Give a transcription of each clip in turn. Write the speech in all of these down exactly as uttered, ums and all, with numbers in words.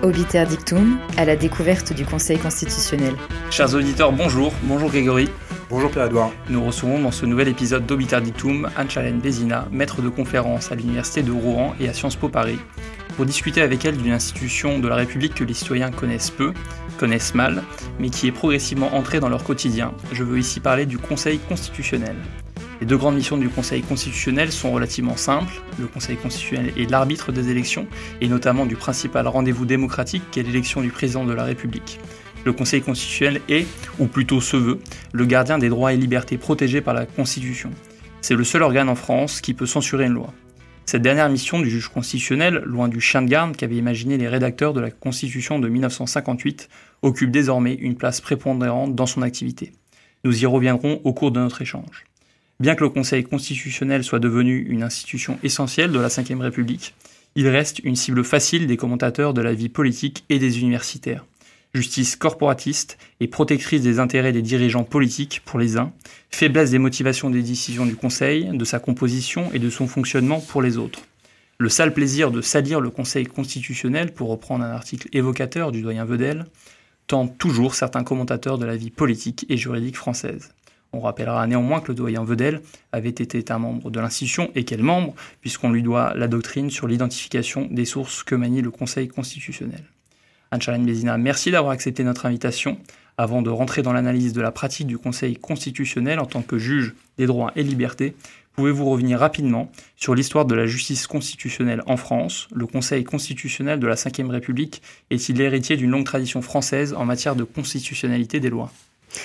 Obiter Dictum, à la découverte du Conseil constitutionnel. Chers auditeurs, bonjour. Bonjour Grégory. Bonjour Pierre-Edouard. Nous recevons dans ce nouvel épisode d'Obiter Dictum Anne-Charlène Bézina, maître de conférence à l'Université de Rouen et à Sciences Po Paris, pour discuter avec elle d'une institution de la République que les citoyens connaissent peu, connaissent mal, mais qui est progressivement entrée dans leur quotidien. Je veux ici parler du Conseil constitutionnel. Les deux grandes missions du Conseil constitutionnel sont relativement simples. Le Conseil constitutionnel est l'arbitre des élections, et notamment du principal rendez-vous démocratique qu'est l'élection du président de la République. Le Conseil constitutionnel est, ou plutôt se veut, le gardien des droits et libertés protégés par la Constitution. C'est le seul organe en France qui peut censurer une loi. Cette dernière mission du juge constitutionnel, loin du chien de garde qu'avaient imaginé les rédacteurs de la Constitution de dix-neuf cent cinquante-huit, occupe désormais une place prépondérante dans son activité. Nous y reviendrons au cours de notre échange. Bien que le Conseil constitutionnel soit devenu une institution essentielle de la cinquième République, il reste une cible facile des commentateurs de la vie politique et des universitaires. Justice corporatiste et protectrice des intérêts des dirigeants politiques pour les uns, faiblesse des motivations des décisions du Conseil, de sa composition et de son fonctionnement pour les autres. Le sale plaisir de salir le Conseil constitutionnel, pour reprendre un article évocateur du doyen Vedel, tente toujours certains commentateurs de la vie politique et juridique française. On rappellera néanmoins que le doyen Vedel avait été un membre de l'institution, et quel membre, puisqu'on lui doit la doctrine sur l'identification des sources que manie le Conseil constitutionnel. Anne-Charlène Bézina, merci d'avoir accepté notre invitation. Avant de rentrer dans l'analyse de la pratique du Conseil constitutionnel en tant que juge des droits et libertés, pouvez-vous revenir rapidement sur l'histoire de la justice constitutionnelle en France? Le Conseil constitutionnel de la cinquième République est-il l'héritier d'une longue tradition française en matière de constitutionnalité des lois?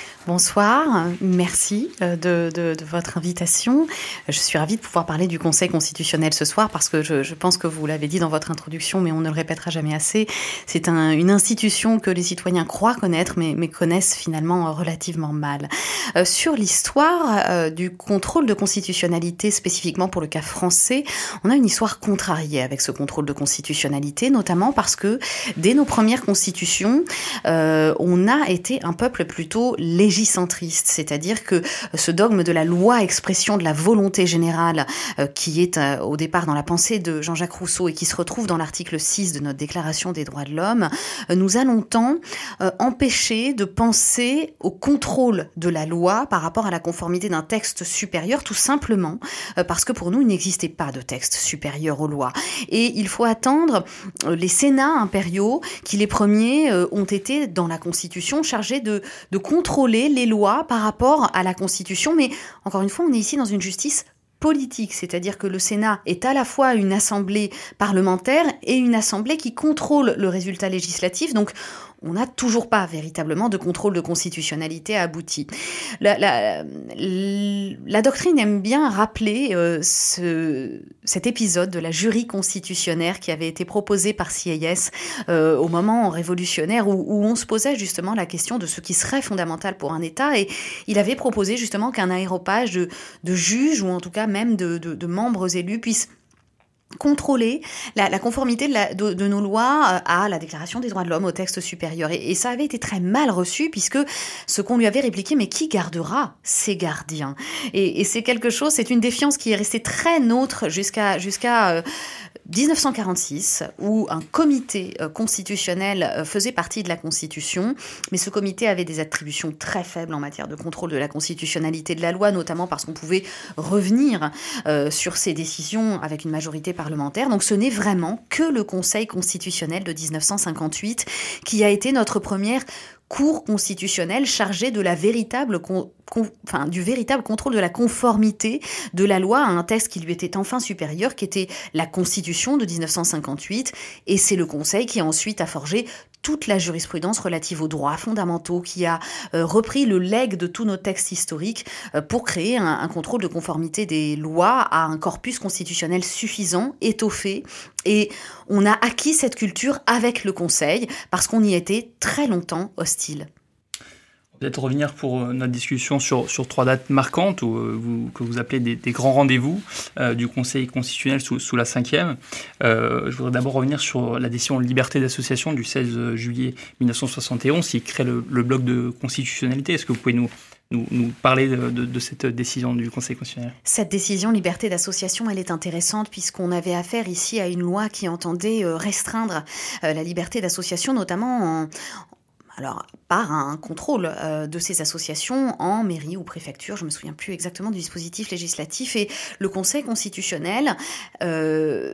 Bonsoir, merci de, de, de votre invitation. Je suis ravie de pouvoir parler du Conseil constitutionnel ce soir parce que je, je pense que vous l'avez dit dans votre introduction, mais on ne le répétera jamais assez. C'est un, une institution que les citoyens croient connaître, mais, mais connaissent finalement relativement mal. Euh, sur l'histoire euh, du contrôle de constitutionnalité, spécifiquement pour le cas français, on a une histoire contrariée avec ce contrôle de constitutionnalité, notamment parce que dès nos premières constitutions, euh, on a été un peuple plutôt législatif, légicentriste, c'est-à-dire que ce dogme de la loi, expression de la volonté générale, euh, qui est euh, au départ dans la pensée de Jean-Jacques Rousseau et qui se retrouve dans l'article six de notre Déclaration des droits de l'homme, euh, nous a longtemps euh, empêché de penser au contrôle de la loi par rapport à la conformité d'un texte supérieur, tout simplement euh, parce que pour nous, il n'existait pas de texte supérieur aux lois. Et il faut attendre euh, les sénats impériaux qui, les premiers, euh, ont été dans la Constitution chargés de, de contrôler les lois par rapport à la Constitution, mais encore une fois, on est ici dans une justice politique, c'est-à-dire que le Sénat est à la fois une assemblée parlementaire et une assemblée qui contrôle le résultat législatif, donc on n'a toujours pas véritablement de contrôle de constitutionnalité abouti. La, la, la doctrine aime bien rappeler euh, ce, cet épisode de la jury constitutionnaire qui avait été proposé par C I S euh, au moment révolutionnaire où, où on se posait justement la question de ce qui serait fondamental pour un État, et il avait proposé justement qu'un aréopage de, de juges ou en tout cas même de, de, de membres élus puisse contrôler la, la conformité de, la, de, de nos lois à la Déclaration des droits de l'homme, au texte supérieur. Et, et ça avait été très mal reçu puisque ce qu'on lui avait répliqué, mais qui gardera ces gardiens? Et, et c'est quelque chose, c'est une défiance qui est restée très nôtre jusqu'à jusqu'à euh, dix-neuf cent quarante-six, où un comité euh, constitutionnel euh, faisait partie de la Constitution, mais ce comité avait des attributions très faibles en matière de contrôle de la constitutionnalité de la loi, notamment parce qu'on pouvait revenir euh, sur ces décisions avec une majorité parlementaire. Donc ce n'est vraiment que le Conseil constitutionnel de dix-neuf cent cinquante-huit qui a été notre première Cour constitutionnelle chargée de la véritable con, con, enfin, du véritable contrôle de la conformité de la loi à un texte qui lui était enfin supérieur, qui était la Constitution de dix-neuf cent cinquante-huit. Et c'est le Conseil qui ensuite a forgé toute la jurisprudence relative aux droits fondamentaux, qui a euh, repris le legs de tous nos textes historiques euh, pour créer un, un contrôle de conformité des lois à un corpus constitutionnel suffisant, étoffé. Et on a acquis cette culture avec le Conseil parce qu'on y était très longtemps hostile. Peut-être revenir pour notre discussion sur, sur trois dates marquantes où, euh, vous, que vous appelez des, des grands rendez-vous euh, du Conseil constitutionnel sous, sous la cinquième. Euh, je voudrais d'abord revenir sur la décision de liberté d'association du seize juillet mille neuf cent soixante et onze qui crée le, le bloc de constitutionnalité. Est-ce que vous pouvez nous, nous, nous parler de, de, de cette décision du Conseil constitutionnel. Cette décision liberté d'association, elle est intéressante puisqu'on avait affaire ici à une loi qui entendait restreindre la liberté d'association, notamment en, alors, par un contrôle euh, de ces associations en mairie ou préfecture. Je ne me souviens plus exactement du dispositif législatif. Et le Conseil constitutionnel euh,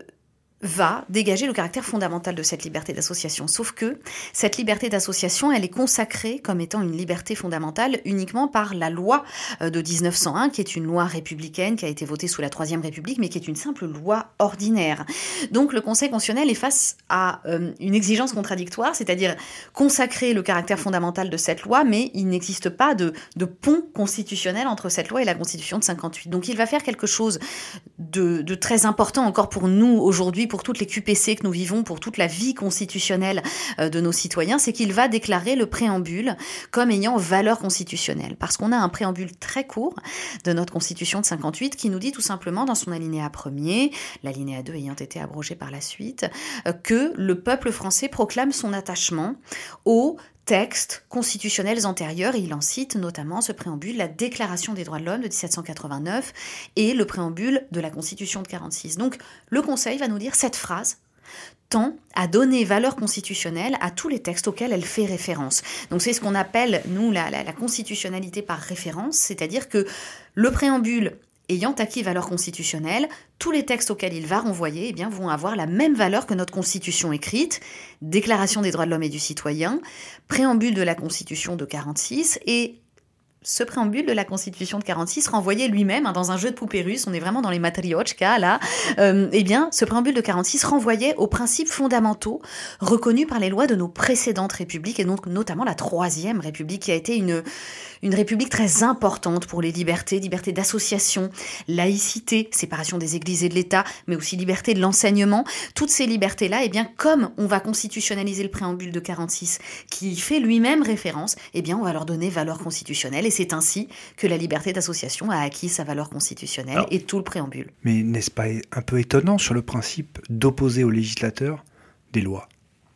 va dégager le caractère fondamental de cette liberté d'association. Sauf que cette liberté d'association, elle est consacrée comme étant une liberté fondamentale uniquement par la loi de dix-neuf cent un, qui est une loi républicaine qui a été votée sous la Troisième République, mais qui est une simple loi ordinaire. Donc le Conseil constitutionnel est face à euh, une exigence contradictoire, c'est-à-dire consacrer le caractère fondamental de cette loi, mais il n'existe pas de, de pont constitutionnel entre cette loi et la Constitution de cinquante-huit. Donc il va faire quelque chose de, de très important encore pour nous aujourd'hui, pour toutes les Q P C que nous vivons, pour toute la vie constitutionnelle de nos citoyens, c'est qu'il va déclarer le préambule comme ayant valeur constitutionnelle. Parce qu'on a un préambule très court de notre Constitution de cinquante-huit qui nous dit tout simplement dans son alinéa premier, l'alinéa deux ayant été abrogé par la suite, que le peuple français proclame son attachement aux textes constitutionnels antérieurs, et il en cite notamment ce préambule, la Déclaration des droits de l'homme de dix-sept cent quatre-vingt-neuf et le préambule de la Constitution de quarante-six. Donc le Conseil va nous dire cette phrase tend à donner valeur constitutionnelle à tous les textes auxquels elle fait référence. Donc c'est ce qu'on appelle, nous, la, la, la constitutionnalité par référence, c'est-à-dire que le préambule ayant acquis valeur constitutionnelle, tous les textes auxquels il va renvoyer eh bien, vont avoir la même valeur que notre Constitution écrite, Déclaration des droits de l'homme et du citoyen, préambule de la Constitution de quarante-six, et ce préambule de la Constitution de quarante-six renvoyait lui-même, hein, dans un jeu de poupées russes, on est vraiment dans les matriochka là, euh, eh bien, ce préambule de quarante-six renvoyait aux principes fondamentaux reconnus par les lois de nos précédentes républiques, et donc notamment la Troisième République, qui a été une, une république très importante pour les libertés, liberté d'association, laïcité, séparation des églises et de l'État, mais aussi liberté de l'enseignement. Toutes ces libertés-là, eh bien, comme on va constitutionnaliser le préambule de quarante-six, qui fait lui-même référence, eh bien, on va leur donner valeur constitutionnelle. Et c'est ainsi que la liberté d'association a acquis sa valeur constitutionnelle. Alors, et tout le préambule. Mais n'est-ce pas un peu étonnant sur le principe d'opposer au législateur des lois ?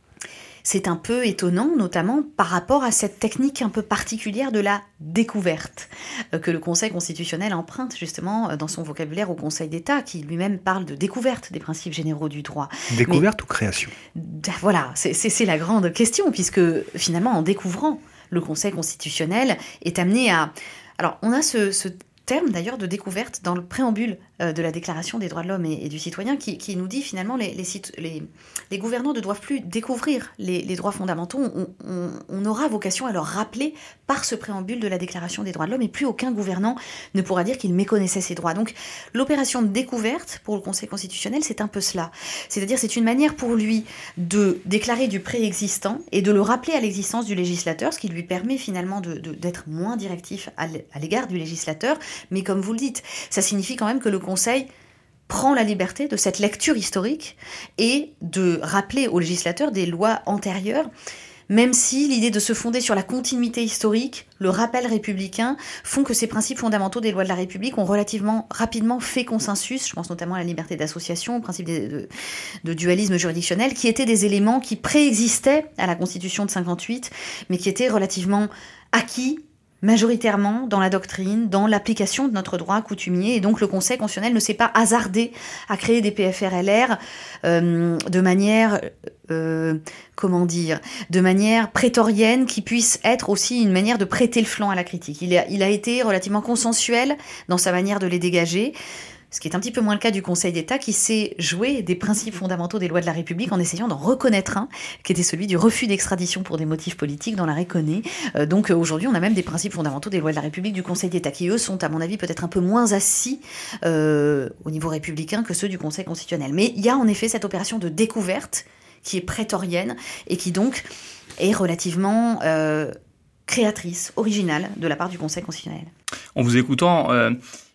C'est un peu étonnant, notamment par rapport à cette technique un peu particulière de la découverte, euh, que le Conseil constitutionnel emprunte justement dans son vocabulaire au Conseil d'État, qui lui-même parle de découverte des principes généraux du droit. Découverte Mais, ou création ? Voilà, c'est, c'est, c'est la grande question, puisque finalement, en découvrant, le Conseil constitutionnel est amené à... Alors, on a ce, ce terme d'ailleurs de découverte dans le préambule euh, de la Déclaration des droits de l'homme et, et du citoyen qui, qui nous dit finalement les, les, les, les gouvernants ne doivent plus découvrir les, les droits fondamentaux. On, on, on aura vocation à leur rappeler par ce préambule de la Déclaration des droits de l'homme, et plus aucun gouvernant ne pourra dire qu'il méconnaissait ses droits. Donc l'opération de découverte pour le Conseil constitutionnel, c'est un peu cela. C'est-à-dire c'est une manière pour lui de déclarer du préexistant et de le rappeler à l'existence du législateur, ce qui lui permet finalement de, de, d'être moins directif à l'égard du législateur. Mais comme vous le dites, ça signifie quand même que le Conseil prend la liberté de cette lecture historique et de rappeler au législateur des lois antérieures, même si l'idée de se fonder sur la continuité historique, le rappel républicain, font que ces principes fondamentaux des lois de la République ont relativement rapidement fait consensus. Je pense notamment à la liberté d'association, au principe de, de, de dualisme juridictionnel, qui étaient des éléments qui préexistaient à la Constitution de cinquante-huit, mais qui étaient relativement acquis majoritairement dans la doctrine, dans l'application de notre droit coutumier, et donc le Conseil constitutionnel ne s'est pas hasardé à créer des P F R L R euh, de manière, euh, comment dire, de manière prétorienne qui puisse être aussi une manière de prêter le flanc à la critique. Il a, il a été relativement consensuel dans sa manière de les dégager, ce qui est un petit peu moins le cas du Conseil d'État qui s'est joué des principes fondamentaux des lois de la République en essayant d'en reconnaître un, qui était celui du refus d'extradition pour des motifs politiques dans l'arrêt Koné. Euh, donc euh, aujourd'hui, on a même des principes fondamentaux des lois de la République du Conseil d'État qui, eux, sont à mon avis peut-être un peu moins assis euh, au niveau républicain que ceux du Conseil constitutionnel. Mais il y a en effet cette opération de découverte qui est prétorienne et qui donc est relativement euh, créatrice, originale de la part du Conseil constitutionnel. En vous écoutant, euh,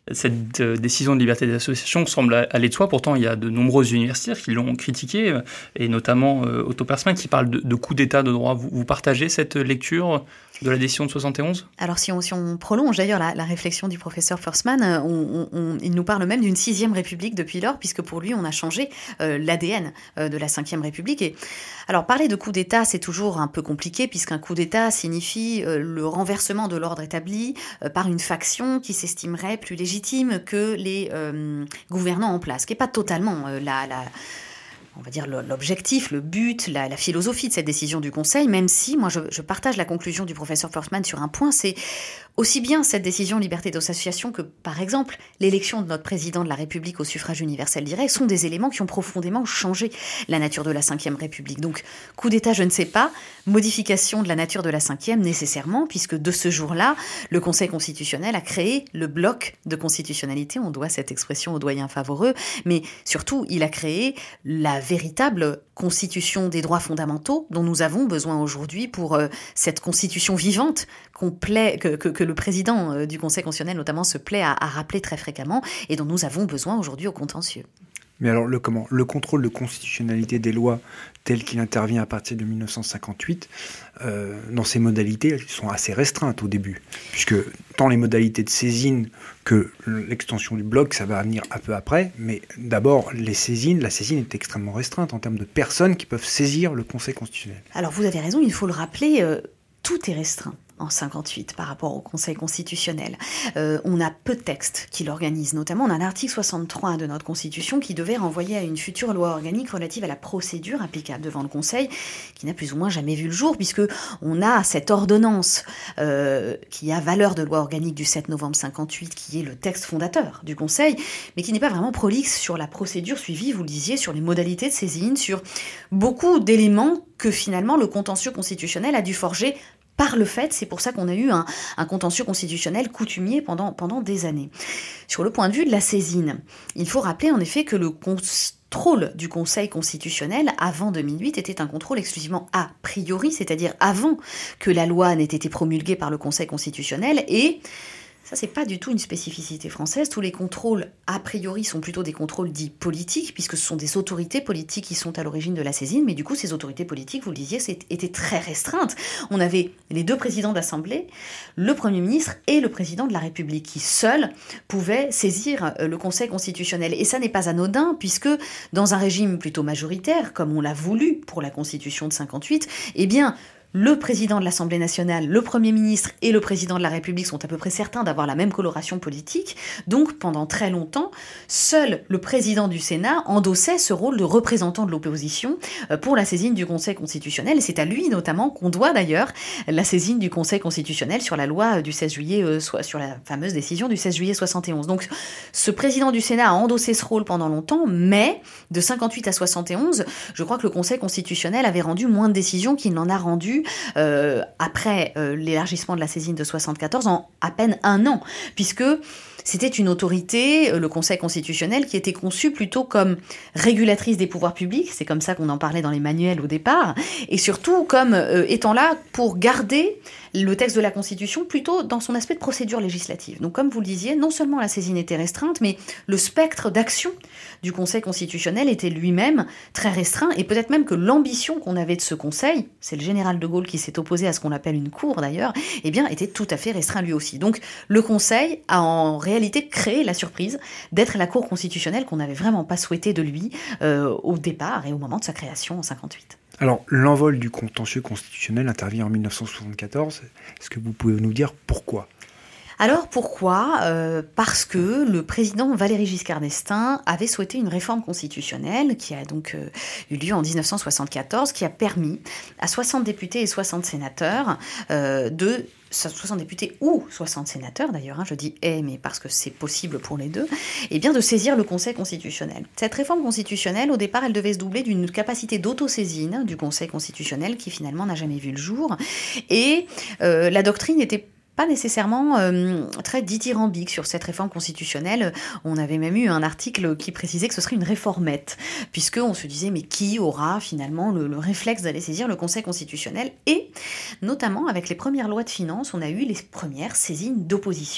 Cette euh, décision de liberté d'association semble aller de soi, pourtant il y a de nombreux universitaires qui l'ont critiquée, et notamment euh, Otto Persmann qui parle de, de coup d'état de droit. Vous, vous partagez cette lecture de la décision de soixante et onze ? Alors si on, si on prolonge d'ailleurs la, la réflexion du professeur Persmann, on, on, on, il nous parle même d'une sixième république depuis lors, puisque pour lui on a changé euh, l'A D N euh, de la cinquième république. Et alors parler de coup d'état, c'est toujours un peu compliqué, puisqu'un coup d'état signifie euh, le renversement de l'ordre établi euh, par une faction qui s'estimerait plus légitime que les euh, gouvernants en place, ce qui n'est pas totalement euh, la... la on va dire l'objectif, le but, la, la philosophie de cette décision du Conseil, même si moi je, je partage la conclusion du professeur Persmann sur un point, c'est aussi bien cette décision liberté d'association que, par exemple, l'élection de notre président de la République au suffrage universel direct sont des éléments qui ont profondément changé la nature de la cinquième République. Donc, coup d'État, je ne sais pas, modification de la nature de la cinquième nécessairement, puisque de ce jour-là, le Conseil constitutionnel a créé le bloc de constitutionnalité, on doit cette expression au doyen Favoreux, mais surtout, il a créé la véritable constitution des droits fondamentaux dont nous avons besoin aujourd'hui pour euh, cette constitution vivante qu'on plaît, que, que, que le président euh, du Conseil constitutionnel notamment se plaît à, à rappeler très fréquemment et dont nous avons besoin aujourd'hui au contentieux. Mais alors, le, comment, le contrôle de constitutionnalité des lois tel qu'il intervient à partir de mille neuf cent cinquante-huit, euh, dans ses modalités, elles sont assez restreintes au début, puisque tant les modalités de saisine que l'extension du bloc, ça va venir un peu après, mais d'abord, les saisines, la saisine est extrêmement restreinte en termes de personnes qui peuvent saisir le Conseil constitutionnel. Alors, vous avez raison, il faut le rappeler, euh, tout est restreint en cinquante-huit par rapport au Conseil constitutionnel. Euh, on a peu de textes qui l'organisent, notamment on a l'article soixante-trois de notre Constitution qui devait renvoyer à une future loi organique relative à la procédure applicable devant le Conseil, qui n'a plus ou moins jamais vu le jour, puisque on a cette ordonnance euh, qui a valeur de loi organique du sept novembre cinquante-huit, qui est le texte fondateur du Conseil, mais qui n'est pas vraiment prolixe sur la procédure suivie, vous le disiez, sur les modalités de saisine, sur beaucoup d'éléments que finalement le contentieux constitutionnel a dû forger par le fait, c'est pour ça qu'on a eu un, un contentieux constitutionnel coutumier pendant, pendant des années. Sur le point de vue de la saisine, il faut rappeler en effet que le contrôle du Conseil constitutionnel avant deux mille huit était un contrôle exclusivement a priori, c'est-à-dire avant que la loi n'ait été promulguée par le Conseil constitutionnel, et ça, c'est pas du tout une spécificité française. Tous les contrôles, a priori, sont plutôt des contrôles dits politiques, puisque ce sont des autorités politiques qui sont à l'origine de la saisine. Mais du coup, ces autorités politiques, vous le disiez, étaient très restreintes. On avait les deux présidents d'Assemblée, le Premier ministre et le président de la République, qui seuls pouvaient saisir le Conseil constitutionnel. Et ça n'est pas anodin, puisque dans un régime plutôt majoritaire, comme on l'a voulu pour la Constitution de cinquante-huit, eh bien, le président de l'Assemblée nationale, le Premier ministre et le président de la République sont à peu près certains d'avoir la même coloration politique. Donc, pendant très longtemps, seul le président du Sénat endossait ce rôle de représentant de l'opposition pour la saisine du Conseil constitutionnel. Et c'est à lui, notamment, qu'on doit d'ailleurs la saisine du Conseil constitutionnel sur la loi du seize juillet, euh, sur la fameuse décision du seize juillet soixante et onze. Donc, ce président du Sénat a endossé ce rôle pendant longtemps, mais de cinquante-huit à soixante et onze, je crois que le Conseil constitutionnel avait rendu moins de décisions qu'il n'en a rendu Euh, après euh, l'élargissement de la saisine de soixante-quatorze en à peine un an, puisque c'était une autorité, le Conseil constitutionnel, qui était conçu plutôt comme régulatrice des pouvoirs publics, c'est comme ça qu'on en parlait dans les manuels au départ, et surtout comme euh, étant là pour garder le texte de la Constitution plutôt dans son aspect de procédure législative. Donc comme vous le disiez, non seulement la saisine était restreinte, mais le spectre d'action du Conseil constitutionnel était lui-même très restreint, et peut-être même que l'ambition qu'on avait de ce Conseil, c'est le général de Gaulle qui s'est opposé à ce qu'on appelle une cour d'ailleurs, eh bien était tout à fait restreint lui aussi. Donc le Conseil a en réalité créé la surprise d'être la cour constitutionnelle qu'on n'avait vraiment pas souhaité de lui euh, au départ et au moment de sa création en cinquante-huit. Alors, l'envol du contentieux constitutionnel intervient en mille neuf cent soixante-quatorze. Est-ce que vous pouvez nous dire pourquoi ? Alors pourquoi ? euh, Parce que le président Valéry Giscard d'Estaing avait souhaité une réforme constitutionnelle qui a donc euh, eu lieu en dix-neuf cent soixante-quatorze, qui a permis à soixante députés et soixante sénateurs euh, de... soixante députés ou soixante sénateurs d'ailleurs, hein, je dis « et » mais parce que c'est possible pour les deux, et bien de saisir le Conseil constitutionnel. Cette réforme constitutionnelle, au départ, elle devait se doubler d'une capacité d'autosaisine du Conseil constitutionnel qui finalement n'a jamais vu le jour, et euh, la doctrine était pas nécessairement euh, très dithyrambique sur cette réforme constitutionnelle. On avait même eu un article qui précisait que ce serait une réformette, puisqu'on se disait mais qui aura finalement le, le réflexe d'aller saisir le Conseil constitutionnel ? Et notamment avec les premières lois de finances, on a eu les premières saisines d'opposition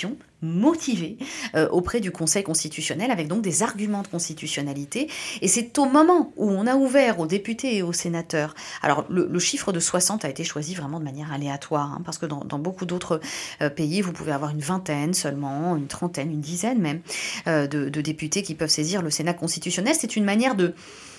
motivée euh, auprès du Conseil constitutionnel avec donc des arguments de constitutionnalité. Et c'est au moment où on a ouvert aux députés et aux sénateurs, alors le, le chiffre de soixante a été choisi vraiment de manière aléatoire, hein, parce que dans, dans beaucoup d'autres euh, pays, vous pouvez avoir une vingtaine seulement, une trentaine, une dizaine même, euh, de, de députés qui peuvent saisir le Sénat constitutionnel. C'est une manière de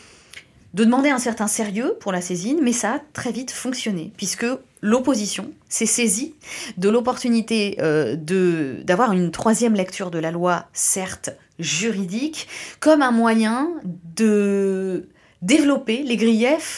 de demander un certain sérieux pour la saisine, mais ça a très vite fonctionné, puisque l'opposition s'est saisie de l'opportunité euh, de, d'avoir une troisième lecture de la loi, certes juridique, comme un moyen de développer les griefs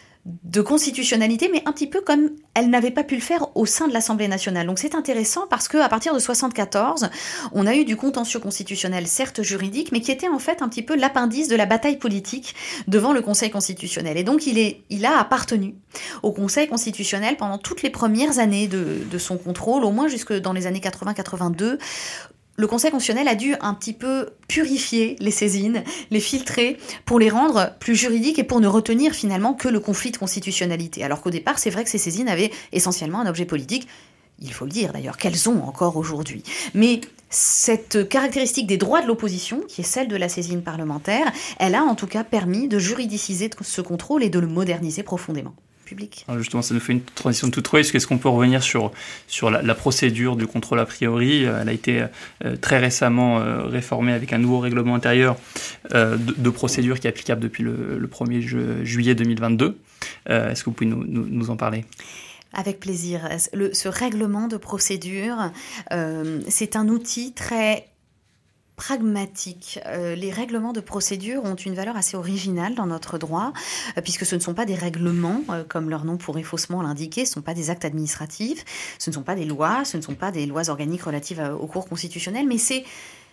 de constitutionnalité, mais un petit peu comme elle n'avait pas pu le faire au sein de l'Assemblée nationale. Donc c'est intéressant parce qu'à partir de soixante-quatorze, on a eu du contentieux constitutionnel, certes juridique, mais qui était en fait un petit peu l'appendice de la bataille politique devant le Conseil constitutionnel. Et donc il, est, il a appartenu au Conseil constitutionnel pendant toutes les premières années de, de son contrôle, au moins jusque dans les années quatre-vingts quatre-vingt-deux, le Conseil constitutionnel a dû un petit peu purifier les saisines, les filtrer pour les rendre plus juridiques et pour ne retenir finalement que le conflit de constitutionnalité. Alors qu'au départ, c'est vrai que ces saisines avaient essentiellement un objet politique. Il faut le dire d'ailleurs, qu'elles ont encore aujourd'hui. Mais cette caractéristique des droits de l'opposition, qui est celle de la saisine parlementaire, elle a en tout cas permis de juridiciser ce contrôle et de le moderniser profondément. Public. Alors justement, ça nous fait une transition toute trouée. Est-ce qu'on peut revenir sur, sur la, la procédure du contrôle a priori ? Elle a été euh, très récemment euh, réformée avec un nouveau règlement intérieur euh, de, de procédure qui est applicable depuis le, le premier ju- juillet deux mille vingt-deux. Euh, est-ce que vous pouvez nous, nous, nous en parler ? Avec plaisir. Le, ce règlement de procédure, euh, c'est un outil très pragmatique. Euh, les règlements de procédure ont une valeur assez originale dans notre droit, euh, puisque ce ne sont pas des règlements, euh, comme leur nom pourrait faussement l'indiquer, ce ne sont pas des actes administratifs, ce ne sont pas des lois, ce ne sont pas des lois organiques relatives à, aux cours constitutionnels, mais c'est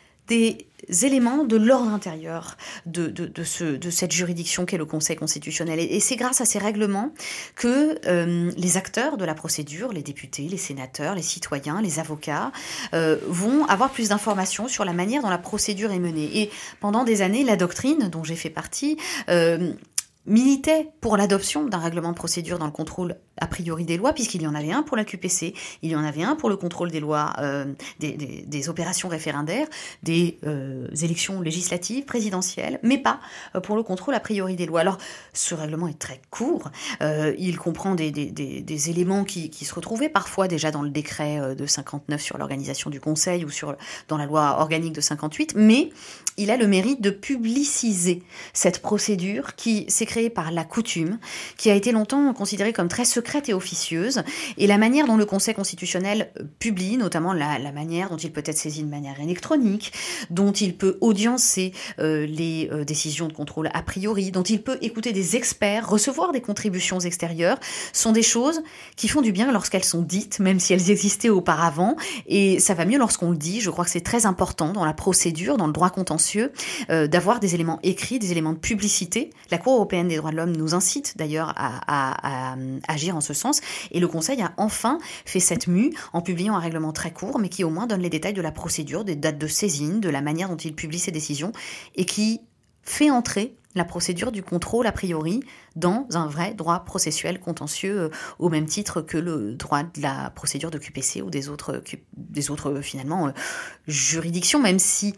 des éléments de l'ordre intérieur de, de, de, ce, de cette juridiction qu'est le Conseil constitutionnel. Et, et c'est grâce à ces règlements que euh, les acteurs de la procédure, les députés, les sénateurs, les citoyens, les avocats, euh, vont avoir plus d'informations sur la manière dont la procédure est menée. Et pendant des années, la doctrine, dont j'ai fait partie, euh, militait pour l'adoption d'un règlement de procédure dans le contrôle a priori des lois, puisqu'il y en avait un pour la Q P C, il y en avait un pour le contrôle des lois, euh, des, des, des opérations référendaires, des euh, élections législatives, présidentielles, mais pas pour le contrôle a priori des lois. Alors, ce règlement est très court, euh, il comprend des, des, des, des éléments qui, qui se retrouvaient parfois déjà dans le décret de cinquante-neuf sur l'organisation du Conseil ou sur, dans la loi organique de cinquante-huit, mais il a le mérite de publiciser cette procédure qui s'est créée par la coutume, qui a été longtemps considérée comme très secrète et officieuse, et la manière dont le Conseil constitutionnel publie, notamment la, la manière dont il peut être saisi de manière électronique, dont il peut audiencer euh, les euh, décisions de contrôle a priori, dont il peut écouter des experts, recevoir des contributions extérieures, sont des choses qui font du bien lorsqu'elles sont dites, même si elles existaient auparavant, et ça va mieux lorsqu'on le dit. Je crois que c'est très important dans la procédure, dans le droit contentieux, euh, d'avoir des éléments écrits, des éléments de publicité. La Cour européenne des droits de l'homme nous incite d'ailleurs à, à, à, à agir en ce sens, et le Conseil a enfin fait cette mue en publiant un règlement très court, mais qui au moins donne les détails de la procédure, des dates de saisine, de la manière dont il publie ses décisions, et qui fait entrer la procédure du contrôle a priori dans un vrai droit processuel contentieux, euh, au même titre que le droit de la procédure de Q P C ou des autres, des autres euh, finalement euh, juridictions, même si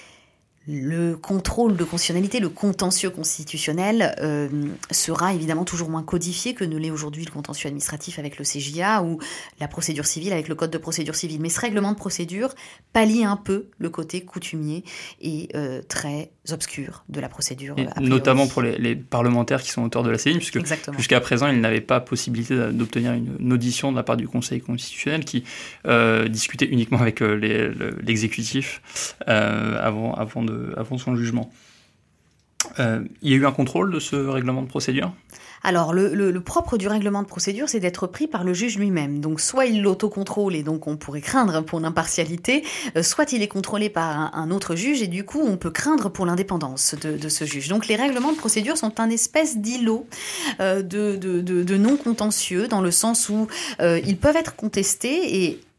le contrôle de constitutionnalité, le contentieux constitutionnel euh, sera évidemment toujours moins codifié que ne l'est aujourd'hui le contentieux administratif avec le C J A ou la procédure civile avec le code de procédure civile. Mais ce règlement de procédure pallie un peu le côté coutumier et euh, très obscur de la procédure. Et notamment pour les, les parlementaires qui sont auteurs de la saisine, puisque Exactement. Jusqu'à présent, ils n'avaient pas possibilité d'obtenir une, une audition de la part du Conseil constitutionnel qui euh, discutait uniquement avec euh, les, le, l'exécutif euh, avant, avant de avant son jugement. Euh, il y a eu un contrôle de ce règlement de procédure ? Alors, le, le, le propre du règlement de procédure, c'est d'être pris par le juge lui-même. Donc, soit il l'autocontrôle et donc on pourrait craindre pour l'impartialité, euh, soit il est contrôlé par un, un autre juge et du coup, on peut craindre pour l'indépendance de, de ce juge. Donc, les règlements de procédure sont un espèce d'îlot euh, de, de, de, de non-contentieux, dans le sens où euh, ils peuvent être contestés et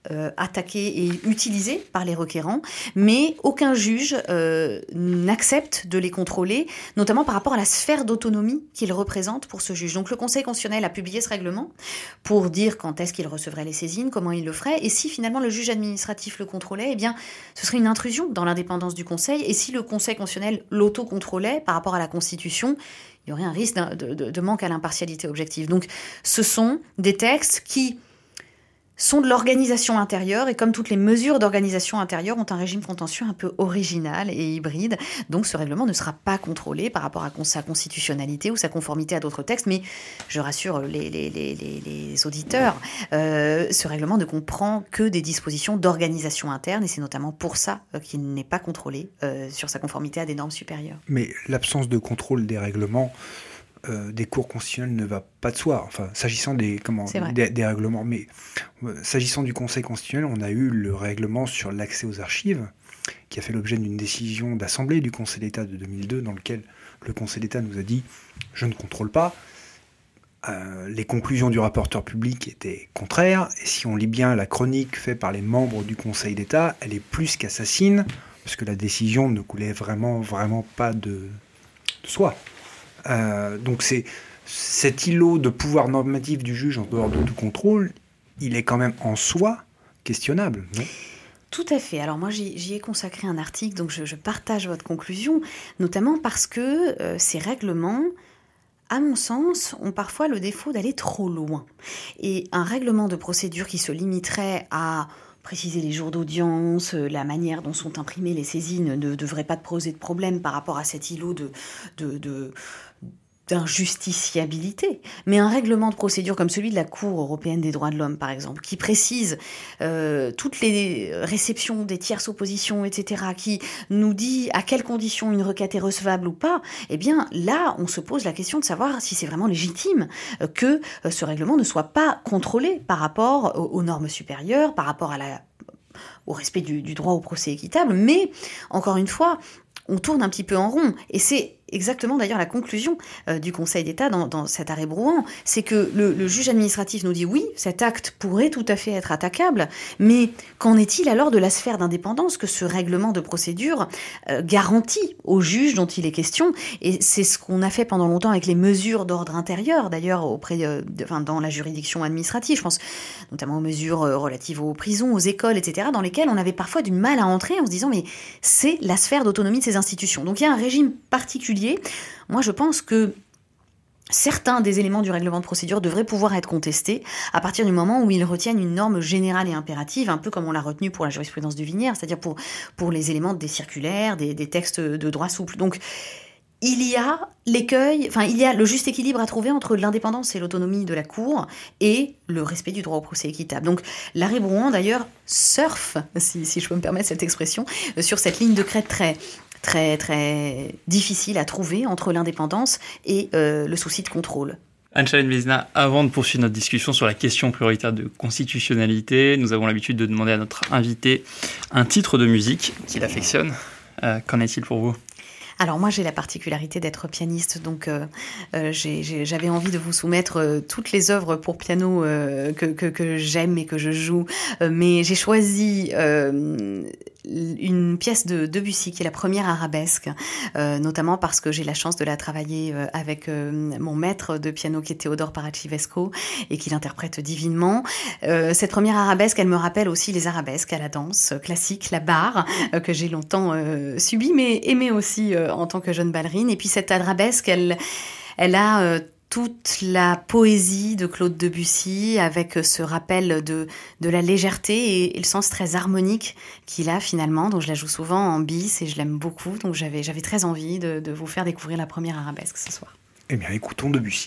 euh, attaqué et utilisé par les requérants, mais aucun juge euh, n'accepte de les contrôler, notamment par rapport à la sphère d'autonomie qu'ils représentent pour ce juge. Donc le Conseil constitutionnel a publié ce règlement pour dire quand est-ce qu'il recevrait les saisines, comment il le ferait, et si finalement le juge administratif le contrôlait, eh bien ce serait une intrusion dans l'indépendance du Conseil, et si le Conseil constitutionnel l'auto-contrôlait par rapport à la Constitution, il y aurait un risque de, de, de manque à l'impartialité objective. Donc ce sont des textes qui sont de l'organisation intérieure, et comme toutes les mesures d'organisation intérieure ont un régime contentieux un peu original et hybride, donc ce règlement ne sera pas contrôlé par rapport à sa constitutionnalité ou sa conformité à d'autres textes, mais je rassure les, les, les, les, les auditeurs, euh, ce règlement ne comprend que des dispositions d'organisation interne, et c'est notamment pour ça euh, qu'il n'est pas contrôlé euh, sur sa conformité à des normes supérieures. Mais l'absence de contrôle des règlements Euh, des cours constitutionnels ne va pas de soi. Enfin, s'agissant des, comment, des, des règlements, mais euh, s'agissant du Conseil constitutionnel, on a eu le règlement sur l'accès aux archives, qui a fait l'objet d'une décision d'Assemblée du Conseil d'État de deux mille deux, dans lequel le Conseil d'État nous a dit « je ne contrôle pas ». Euh, les conclusions du rapporteur public étaient contraires, et si on lit bien la chronique faite par les membres du Conseil d'État, elle est plus qu'assassine, parce que la décision ne coulait vraiment, vraiment pas de, de soi. Euh, donc c'est cet îlot de pouvoir normatif du juge en dehors de tout contrôle, il est quand même en soi questionnable, non ? Tout à fait. Alors moi, j'y, j'y ai consacré un article, donc je, je partage votre conclusion, notamment parce que euh, ces règlements, à mon sens, ont parfois le défaut d'aller trop loin. Et un règlement de procédure qui se limiterait à préciser les jours d'audience, la manière dont sont imprimées les saisines ne devrait pas poser de problème par rapport à cet îlot de, de, de, d'injusticiabilité. Mais un règlement de procédure comme celui de la Cour européenne des droits de l'homme, par exemple, qui précise euh, toutes les réceptions des tierces oppositions, et cetera, qui nous dit à quelles conditions une requête est recevable ou pas, eh bien là, on se pose la question de savoir si c'est vraiment légitime euh, que euh, ce règlement ne soit pas contrôlé par rapport aux, aux normes supérieures, par rapport à la, au respect du, du droit au procès équitable. Mais, encore une fois, on tourne un petit peu en rond. Et c'est exactement d'ailleurs la conclusion euh, du Conseil d'État dans, dans cet arrêt Brouhan. C'est que le, le juge administratif nous dit oui, cet acte pourrait tout à fait être attaquable, mais qu'en est-il alors de la sphère d'indépendance que ce règlement de procédure euh, garantit au juge dont il est question? Et c'est ce qu'on a fait pendant longtemps avec les mesures d'ordre intérieur, d'ailleurs auprès euh, de, enfin, dans la juridiction administrative. Je pense notamment aux mesures euh, relatives aux prisons, aux écoles, et cetera, dans lesquelles on avait parfois du mal à entrer en se disant mais c'est la sphère d'autonomie de ces institutions. Donc il y a un régime particulier. Moi, je pense que certains des éléments du règlement de procédure devraient pouvoir être contestés à partir du moment où ils retiennent une norme générale et impérative, un peu comme on l'a retenu pour la jurisprudence du Vinière, c'est-à-dire pour, pour les éléments des circulaires, des, des textes de droit souple. Donc, il y a l'écueil, enfin, il y a le juste équilibre à trouver entre l'indépendance et l'autonomie de la Cour et le respect du droit au procès équitable. Donc, l'arrêt Brouhan, d'ailleurs, surfe, si, si je peux me permettre cette expression, sur cette ligne de crête très très très difficile à trouver entre l'indépendance et euh, le souci de contrôle. Anne-Chalène Bézina, avant de poursuivre notre discussion sur la question prioritaire de constitutionnalité, nous avons l'habitude de demander à notre invité un titre de musique qu'il affectionne. Euh, qu'en est-il pour vous ? Alors moi j'ai la particularité d'être pianiste, donc euh, euh, j'ai, j'ai, j'avais envie de vous soumettre euh, toutes les œuvres pour piano euh, que, que, que j'aime et que je joue, euh, mais j'ai choisi euh, une pièce de Debussy qui est la première arabesque, euh, notamment parce que j'ai la chance de la travailler euh, avec euh, mon maître de piano qui est Théodore Paracivesco et qui l'interprète divinement. Euh, cette première arabesque, elle me rappelle aussi les arabesques à la danse classique, la barre, euh, que j'ai longtemps euh, subie, mais aimée aussi euh, en tant que jeune ballerine. Et puis cette arabesque, elle, elle a euh, toute la poésie de Claude Debussy avec ce rappel de, de la légèreté et, et le sens très harmonique qu'il a finalement. Donc je la joue souvent en bis et je l'aime beaucoup. Donc j'avais, j'avais très envie de, de vous faire découvrir la première arabesque ce soir. Eh bien, écoutons Debussy.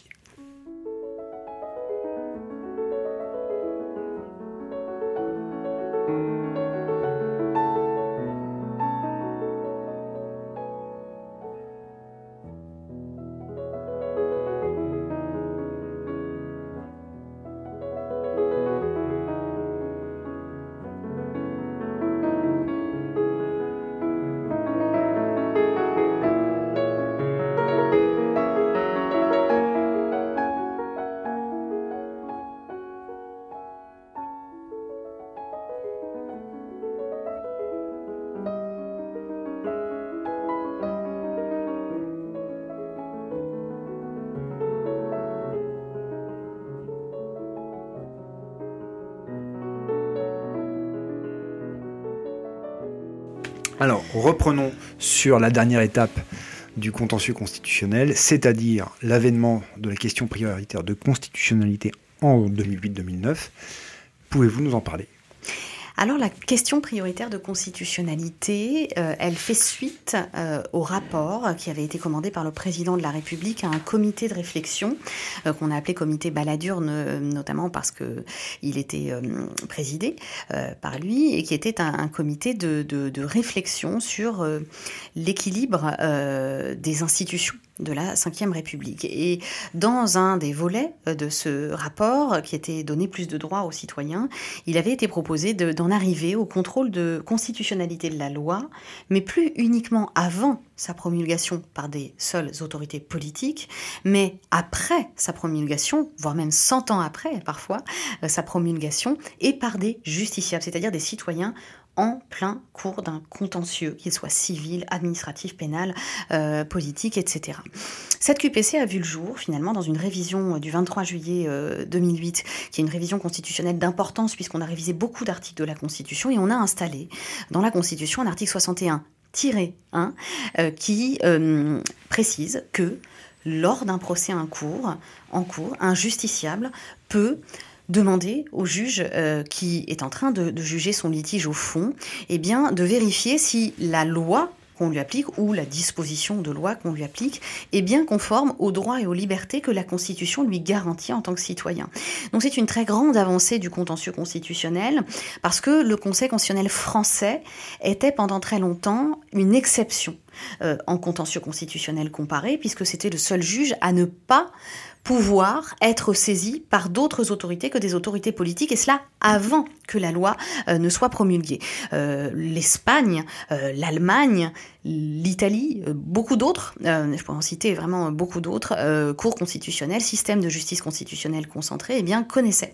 Alors, reprenons sur la dernière étape du contentieux constitutionnel, c'est-à-dire l'avènement de la question prioritaire de constitutionnalité en deux mille huit deux mille neuf. Pouvez-vous nous en parler ? Alors la question prioritaire de constitutionnalité, euh, elle fait suite euh, au rapport qui avait été commandé par le président de la République à un comité de réflexion euh, qu'on a appelé comité Balladur, ne, notamment parce que il était euh, présidé euh, par lui et qui était un, un comité de, de, de réflexion sur euh, l'équilibre euh, des institutions de la cinquième République. Et dans un des volets de ce rapport, qui était donné plus de droits aux citoyens, il avait été proposé de, d'en arriver au contrôle de constitutionnalité de la loi, mais plus uniquement avant sa promulgation par des seules autorités politiques, mais après sa promulgation, voire même cent ans après parfois, euh, sa promulgation, et par des justiciables, c'est-à-dire des citoyens en plein cours d'un contentieux, qu'il soit civil, administratif, pénal, euh, politique, et cetera. Cette Q P C a vu le jour, finalement, dans une révision du vingt-trois juillet euh, deux mille huit, qui est une révision constitutionnelle d'importance, puisqu'on a révisé beaucoup d'articles de la Constitution, et on a installé dans la Constitution un article soixante et un tiret un euh, qui euh, précise que, lors d'un procès en cours, en cours, un justiciable peut demander au juge euh, qui est en train de, de juger son litige au fond, eh bien, de vérifier si la loi qu'on lui applique ou la disposition de loi qu'on lui applique est bien conforme aux droits et aux libertés que la Constitution lui garantit en tant que citoyen. Donc c'est une très grande avancée du contentieux constitutionnel parce que le Conseil constitutionnel français était pendant très longtemps une exception euh, en contentieux constitutionnel comparé, puisque c'était le seul juge à ne pas pouvoir être saisi par d'autres autorités que des autorités politiques, et cela avant que la loi euh, ne soit promulguée. Euh, L'Espagne, euh, l'Allemagne, l'Italie, euh, beaucoup d'autres, euh, je pourrais en citer vraiment beaucoup d'autres, euh, cours constitutionnels, systèmes de justice constitutionnelle concentrés, eh bien, connaissaient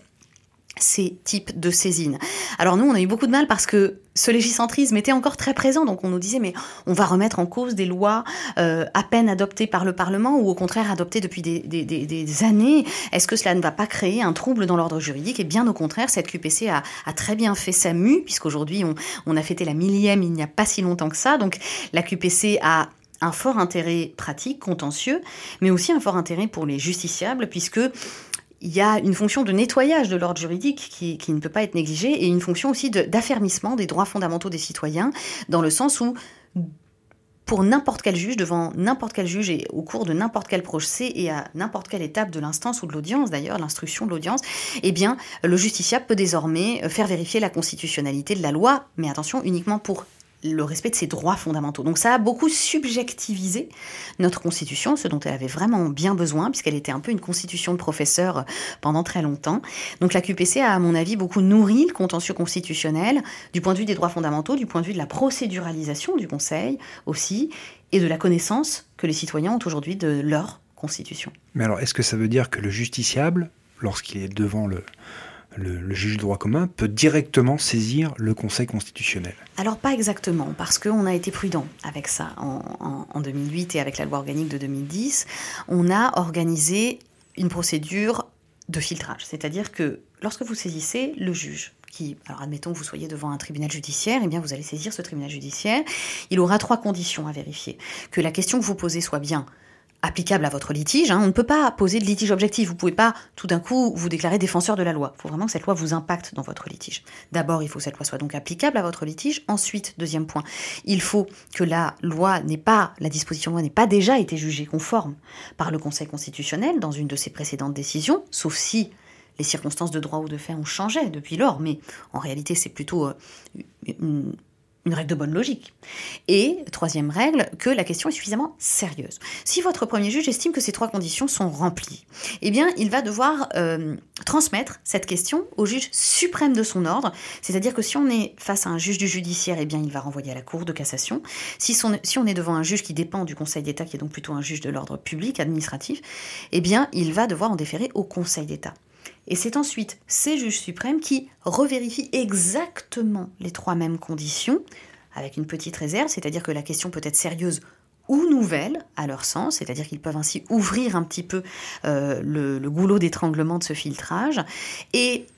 ces types de saisines. Alors nous, on a eu beaucoup de mal parce que ce légicentrisme était encore très présent, donc on nous disait mais on va remettre en cause des lois euh, à peine adoptées par le Parlement ou au contraire adoptées depuis des, des, des, des années. Est-ce que cela ne va pas créer un trouble dans l'ordre juridique ? Et bien au contraire, cette Q P C a, a très bien fait sa mue, puisqu'aujourd'hui on, on a fêté la millième il n'y a pas si longtemps que ça, donc la Q P C a un fort intérêt pratique, contentieux, mais aussi un fort intérêt pour les justiciables, puisque il y a une fonction de nettoyage de l'ordre juridique qui, qui ne peut pas être négligée, et une fonction aussi de, d'affermissement des droits fondamentaux des citoyens, dans le sens où, pour n'importe quel juge, devant n'importe quel juge et au cours de n'importe quel procès et à n'importe quelle étape de l'instance ou de l'audience, d'ailleurs, l'instruction de l'audience, eh bien, le justiciable peut désormais faire vérifier la constitutionnalité de la loi, mais attention, uniquement pour le respect de ses droits fondamentaux. Donc ça a beaucoup subjectivisé notre Constitution, ce dont elle avait vraiment bien besoin, puisqu'elle était un peu une constitution de professeur pendant très longtemps. Donc la Q P C a, à mon avis, beaucoup nourri le contentieux constitutionnel, du point de vue des droits fondamentaux, du point de vue de la procéduralisation du Conseil aussi, et de la connaissance que les citoyens ont aujourd'hui de leur Constitution. Mais alors, est-ce que ça veut dire que le justiciable, lorsqu'il est devant le... Le, le juge de droit commun peut directement saisir le Conseil constitutionnel? Alors pas exactement, parce qu'on a été prudent avec ça en, en, en deux mille huit et avec la loi organique de deux mille dix. On a organisé une procédure de filtrage, c'est-à-dire que lorsque vous saisissez le juge, qui, alors admettons que vous soyez devant un tribunal judiciaire, eh bien vous allez saisir ce tribunal judiciaire, il aura trois conditions à vérifier. Que la question que vous posez soit bien applicable à votre litige, hein. On ne peut pas poser de litige objectif. Vous ne pouvez pas tout d'un coup vous déclarer défenseur de la loi. Il faut vraiment que cette loi vous impacte dans votre litige. D'abord, il faut que cette loi soit donc applicable à votre litige. Ensuite, deuxième point, il faut que la loi n'ait pas, la disposition de loi n'ait pas déjà été jugée conforme par le Conseil constitutionnel dans une de ses précédentes décisions, sauf si les circonstances de droit ou de fait ont changé depuis lors. Mais en réalité, c'est plutôt euh, une Une règle de bonne logique. Et, troisième règle, que la question est suffisamment sérieuse. Si votre premier juge estime que ces trois conditions sont remplies, eh bien, il va devoir euh, transmettre cette question au juge suprême de son ordre. C'est-à-dire que si on est face à un juge du judiciaire, eh bien, il va renvoyer à la Cour de cassation. Si, son, si on est devant un juge qui dépend du Conseil d'État, qui est donc plutôt un juge de l'ordre public, administratif, eh bien, il va devoir en déférer au Conseil d'État. Et c'est ensuite ces juges suprêmes qui revérifient exactement les trois mêmes conditions, avec une petite réserve, c'est-à-dire que la question peut être sérieuse ou nouvelle, à leur sens, c'est-à-dire qu'ils peuvent ainsi ouvrir un petit peu euh, le, le goulot d'étranglement de ce filtrage. Et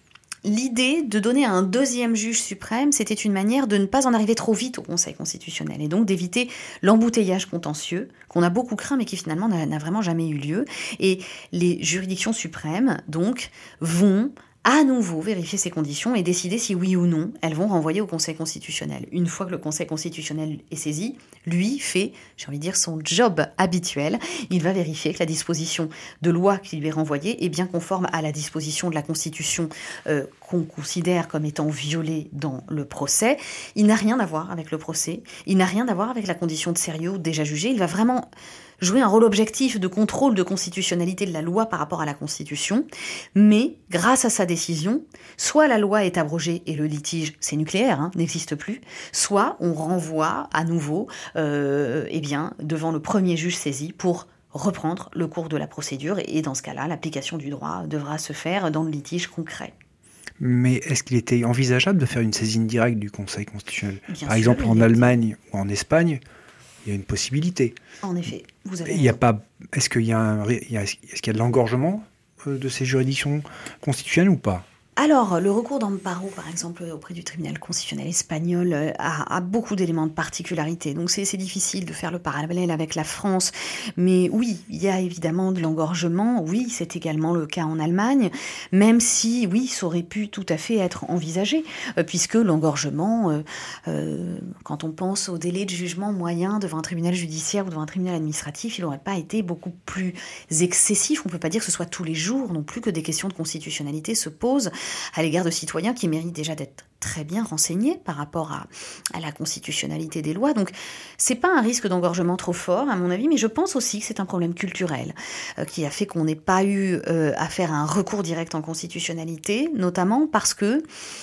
l'idée de donner à un deuxième juge suprême, c'était une manière de ne pas en arriver trop vite au Conseil constitutionnel et donc d'éviter l'embouteillage contentieux qu'on a beaucoup craint mais qui finalement n'a, n'a vraiment jamais eu lieu. Et les juridictions suprêmes, donc, vont à nouveau vérifier ces conditions et décider si oui ou non elles vont renvoyer au Conseil constitutionnel. Une fois que le Conseil constitutionnel est saisi, lui fait, j'ai envie de dire, son job habituel. Il va vérifier que la disposition de loi qui lui est renvoyée est bien conforme à la disposition de la Constitution euh, qu'on considère comme étant violée dans le procès. Il n'a rien à voir avec le procès, il n'a rien à voir avec la condition de sérieux déjà jugée. Il va vraiment jouer un rôle objectif de contrôle de constitutionnalité de la loi par rapport à la Constitution, mais grâce à sa décision, soit la loi est abrogée et le litige, c'est nucléaire, hein, n'existe plus, soit on renvoie à nouveau euh, eh bien, devant le premier juge saisi pour reprendre le cours de la procédure, et dans ce cas-là, l'application du droit devra se faire dans le litige concret. Mais est-ce qu'il était envisageable de faire une saisine directe du Conseil constitutionnel ? Bien Par sûr, exemple, en il Allemagne ou en Espagne, il y a une possibilité. En effet, vous avez Il y a pas, est-ce qu'il y a, un, il y a, est-ce qu'il y a de l'engorgement de ces juridictions constitutionnelles ou pas ? Alors, le recours d'amparo, par exemple, auprès du tribunal constitutionnel espagnol, a, a beaucoup d'éléments de particularité. Donc, c'est, c'est difficile de faire le parallèle avec la France. Mais oui, il y a évidemment de l'engorgement. Oui, c'est également le cas en Allemagne. Même si, oui, ça aurait pu tout à fait être envisagé, euh, puisque l'engorgement, euh, euh, quand on pense au délai de jugement moyen devant un tribunal judiciaire ou devant un tribunal administratif, il n'aurait pas été beaucoup plus excessif. On ne peut pas dire que ce soit tous les jours non plus que des questions de constitutionnalité se posent à l'égard de citoyens qui méritent déjà d'être très bien renseignés par rapport à, à la constitutionnalité des lois. Donc, c'est pas un risque d'engorgement trop fort, à mon avis, mais je pense aussi que c'est un problème culturel euh, qui a fait qu'on n'ait pas eu euh, à faire un recours direct en constitutionnalité, notamment parce que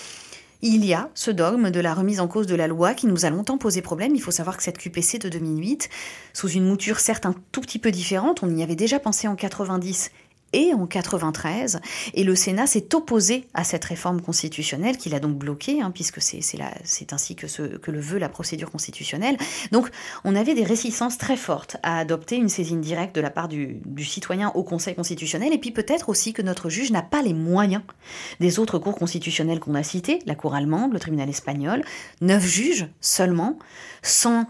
il y a ce dogme de la remise en cause de la loi qui nous a longtemps posé problème. Il faut savoir que cette Q P C de deux mille huit, sous une mouture certes un tout petit peu différente, on y avait déjà pensé en quatre-vingt-dix et en quatre-vingt-treize, et le Sénat s'est opposé à cette réforme constitutionnelle qu'il a donc bloquée, hein, puisque c'est, c'est, la, c'est ainsi que, ce, que le veut la procédure constitutionnelle. Donc on avait des réticences très fortes à adopter une saisine directe de la part du, du citoyen au Conseil constitutionnel, et puis peut-être aussi que notre juge n'a pas les moyens des autres cours constitutionnels qu'on a cités, la Cour allemande, le tribunal espagnol, neuf juges seulement, sans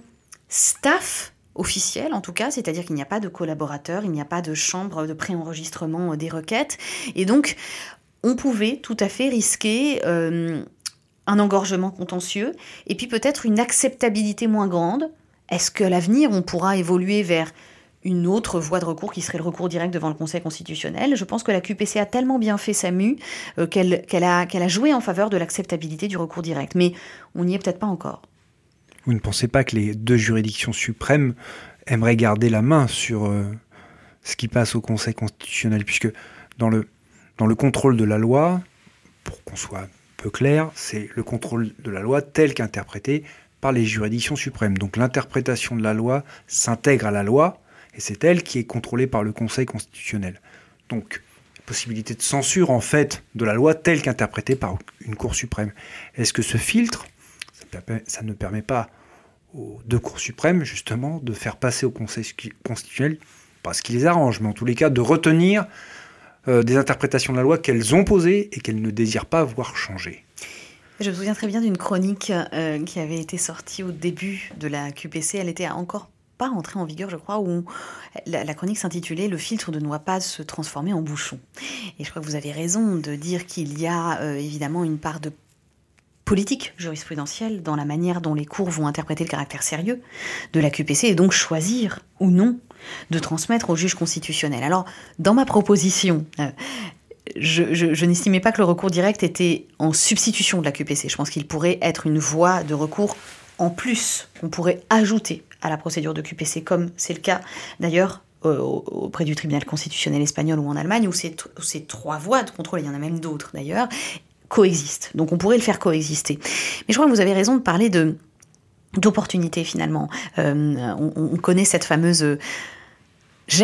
staff officiel en tout cas, c'est-à-dire qu'il n'y a pas de collaborateurs, il n'y a pas de chambre de préenregistrement des requêtes, et donc on pouvait tout à fait risquer euh, un engorgement contentieux, et puis peut-être une acceptabilité moins grande. Est-ce qu'à l'avenir on pourra évoluer vers une autre voie de recours qui serait le recours direct devant le Conseil constitutionnel ? Je pense que la Q P C a tellement bien fait sa mue euh, qu'elle, qu'elle, a, qu'elle a joué en faveur de l'acceptabilité du recours direct, mais on n'y est peut-être pas encore. Vous ne pensez pas que les deux juridictions suprêmes aimeraient garder la main sur euh, ce qui passe au Conseil constitutionnel, puisque dans le, dans le contrôle de la loi, pour qu'on soit un peu clair, c'est le contrôle de la loi tel qu'interprété par les juridictions suprêmes. Donc l'interprétation de la loi s'intègre à la loi, et c'est elle qui est contrôlée par le Conseil constitutionnel. Donc, possibilité de censure, en fait, de la loi telle qu'interprétée par une Cour suprême. Est-ce que ce filtre, ça ne permet pas aux deux cours suprêmes, justement, de faire passer au Conseil constitutionnel, pas ce qui les arrange, mais en tous les cas, de retenir euh, des interprétations de la loi qu'elles ont posées et qu'elles ne désirent pas voir changer. Je me souviens très bien d'une chronique euh, qui avait été sortie au début de la Q P C. Elle était encore pas entrée en vigueur, je crois, où la, la chronique s'intitulait « Le filtre ne doit pas se transformer en bouchon ». Et je crois que vous avez raison de dire qu'il y a euh, évidemment une part de politique jurisprudentielle dans la manière dont les cours vont interpréter le caractère sérieux de la Q P C et donc choisir ou non de transmettre au juge constitutionnel. Alors, dans ma proposition, euh, je, je, je n'estimais pas que le recours direct était en substitution de la Q P C. Je pense qu'il pourrait être une voie de recours en plus qu'on pourrait ajouter à la procédure de Q P C, comme c'est le cas d'ailleurs euh, auprès du tribunal constitutionnel espagnol ou en Allemagne, où ces, où ces trois voies de contrôle, il y en a même d'autres d'ailleurs, coexistent. Donc on pourrait le faire coexister. Mais je crois que vous avez raison de parler de, d'opportunité finalement. Euh, on, on connaît cette fameuse gêne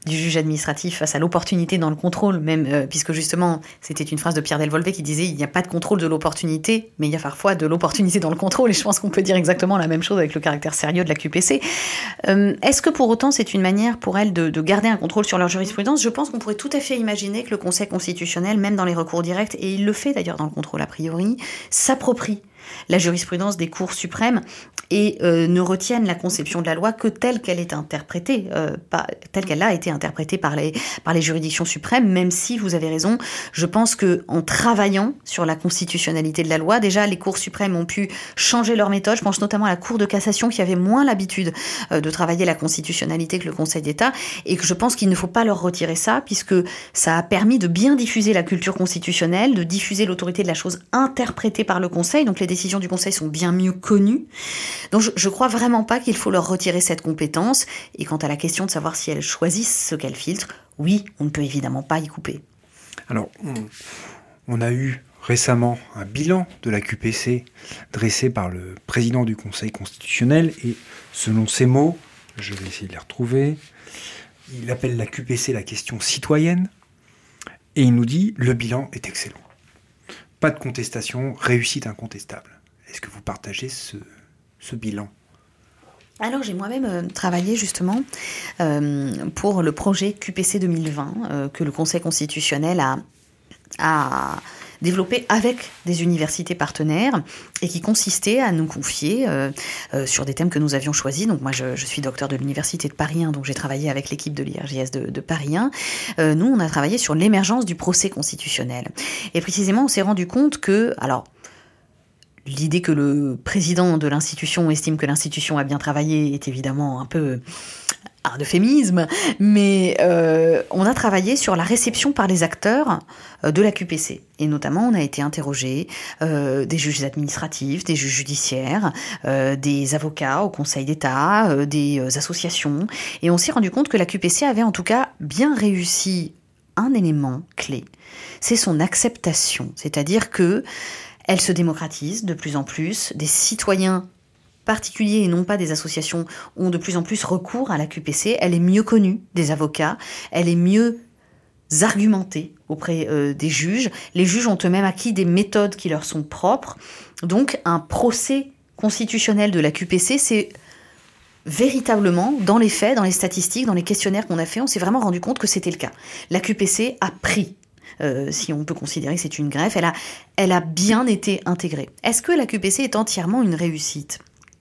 du juge administratif face à l'opportunité dans le contrôle, même euh, puisque justement, c'était une phrase de Pierre Delvolvé qui disait « il n'y a pas de contrôle de l'opportunité, mais il y a parfois de l'opportunité dans le contrôle », et je pense qu'on peut dire exactement la même chose avec le caractère sérieux de la Q P C. Euh, est-ce que pour autant, c'est une manière pour elle de, de garder un contrôle sur leur jurisprudence ? Je pense qu'on pourrait tout à fait imaginer que le Conseil constitutionnel, même dans les recours directs, et il le fait d'ailleurs dans le contrôle a priori, s'approprie la jurisprudence des cours suprêmes et euh, ne retiennent la conception de la loi que telle qu'elle est interprétée, euh, pas, telle qu'elle a été interprétée par les, par les juridictions suprêmes, même si, vous avez raison, je pense qu'en travaillant sur la constitutionnalité de la loi, déjà les cours suprêmes ont pu changer leur méthode. Je pense notamment à la Cour de cassation qui avait moins l'habitude euh, de travailler la constitutionnalité que le Conseil d'État, et que je pense qu'il ne faut pas leur retirer ça, puisque ça a permis de bien diffuser la culture constitutionnelle, de diffuser l'autorité de la chose interprétée par le Conseil, donc les décisions du Conseil sont bien mieux connues. Donc je, je crois vraiment pas qu'il faut leur retirer cette compétence. Et quant à la question de savoir si elles choisissent ce qu'elles filtrent, oui, on ne peut évidemment pas y couper. Alors, on, on a eu récemment un bilan de la Q P C dressé par le président du Conseil constitutionnel, et selon ses mots, je vais essayer de les retrouver, il appelle la Q P C la question citoyenne, et il nous dit « le bilan est excellent ». Pas de contestation, réussite incontestable. Est-ce que vous partagez ce, ce bilan ? Alors j'ai moi-même euh, travaillé justement euh, pour le projet Q P C deux mille vingt euh, que le Conseil constitutionnel a, a développé avec des universités partenaires et qui consistait à nous confier euh, euh, sur des thèmes que nous avions choisis. Donc moi je, je suis docteur de l'université de Paris un, donc j'ai travaillé avec l'équipe de l'I R J S de, de Paris un. Euh, nous on a travaillé sur l'émergence du procès constitutionnel. Et précisément on s'est rendu compte que, alors l'idée que le président de l'institution estime que l'institution a bien travaillé est évidemment un peu un euphémisme, mais euh, on a travaillé sur la réception par les acteurs euh, de la Q P C. Et notamment, on a été interrogé euh, des juges administratifs, des juges judiciaires, euh, des avocats au Conseil d'État, euh, des euh, associations. Et on s'est rendu compte que la Q P C avait en tout cas bien réussi un élément clé. C'est son acceptation. C'est-à-dire que elle se démocratise de plus en plus. Des citoyens particuliers et non pas des associations ont de plus en plus recours à la Q P C. Elle est mieux connue des avocats. Elle est mieux argumentée auprès euh, des juges. Les juges ont eux-mêmes acquis des méthodes qui leur sont propres. Donc, un procès constitutionnel de la Q P C, c'est véritablement, dans les faits, dans les statistiques, dans les questionnaires qu'on a fait, on s'est vraiment rendu compte que c'était le cas. La Q P C a pris. Euh, si on peut considérer que c'est une greffe, elle a, elle a bien été intégrée. Est-ce que la Q P C est entièrement une réussite ?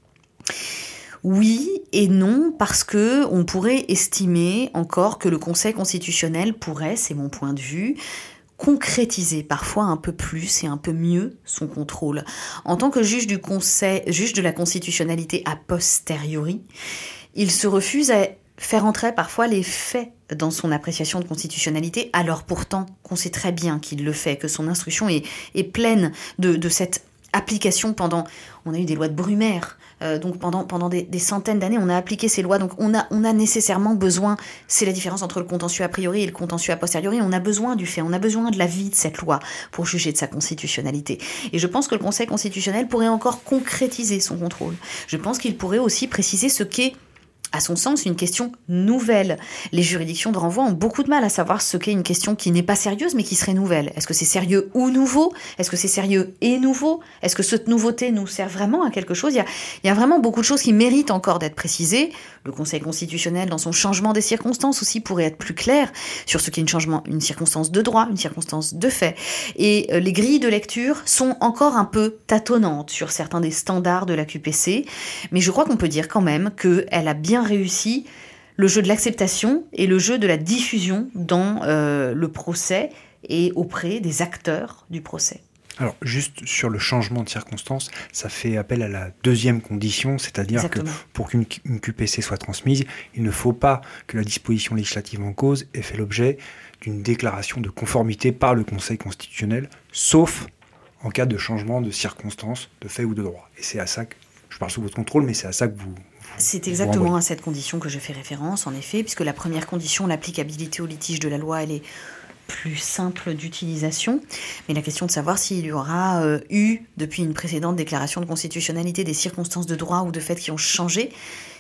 Oui et non, parce que on pourrait estimer encore que le Conseil constitutionnel pourrait, c'est mon point de vue, concrétiser parfois un peu plus et un peu mieux son contrôle. En tant que juge du Conseil, juge de la constitutionnalité a posteriori, il se refuse à faire entrer parfois les faits dans son appréciation de constitutionnalité, alors pourtant qu'on sait très bien qu'il le fait, que son instruction est, est pleine de, de cette application pendant... On a eu des lois de Brumaire, euh, donc pendant, pendant des, des centaines d'années, on a appliqué ces lois, donc on a, on a nécessairement besoin, c'est la différence entre le contentieux a priori et le contentieux a posteriori, on a besoin du fait, on a besoin de l'avis de cette loi pour juger de sa constitutionnalité. Et je pense que le Conseil constitutionnel pourrait encore concrétiser son contrôle. Je pense qu'il pourrait aussi préciser ce qu'est, à son sens, une question nouvelle. Les juridictions de renvoi ont beaucoup de mal à savoir ce qu'est une question qui n'est pas sérieuse, mais qui serait nouvelle. Est-ce que c'est sérieux ou nouveau ? Est-ce que c'est sérieux et nouveau ? Est-ce que cette nouveauté nous sert vraiment à quelque chose ? il y, a, il y a vraiment beaucoup de choses qui méritent encore d'être précisées. Le Conseil constitutionnel, dans son changement des circonstances aussi, pourrait être plus clair sur ce qu'est une, changement, une circonstance de droit, une circonstance de fait. Et euh, les grilles de lecture sont encore un peu tâtonnantes sur certains des standards de la Q P C, mais je crois qu'on peut dire quand même qu'elle a bien réussi le jeu de l'acceptation et le jeu de la diffusion dans euh, le procès et auprès des acteurs du procès. Alors, juste sur le changement de circonstances, ça fait appel à la deuxième condition, c'est-à-dire Exactement. que pour qu'une une Q P C soit transmise, il ne faut pas que la disposition législative en cause ait fait l'objet d'une déclaration de conformité par le Conseil constitutionnel, sauf en cas de changement de circonstances, de fait ou de droit. Et c'est à ça que, je parle sous votre contrôle, mais c'est à ça que vous... C'est exactement à cette condition que je fais référence, en effet, puisque la première condition, l'applicabilité au litige de la loi, elle est plus simple d'utilisation. Mais la question de savoir s'il y aura euh, eu, depuis une précédente déclaration de constitutionnalité, des circonstances de droit ou de fait qui ont changé,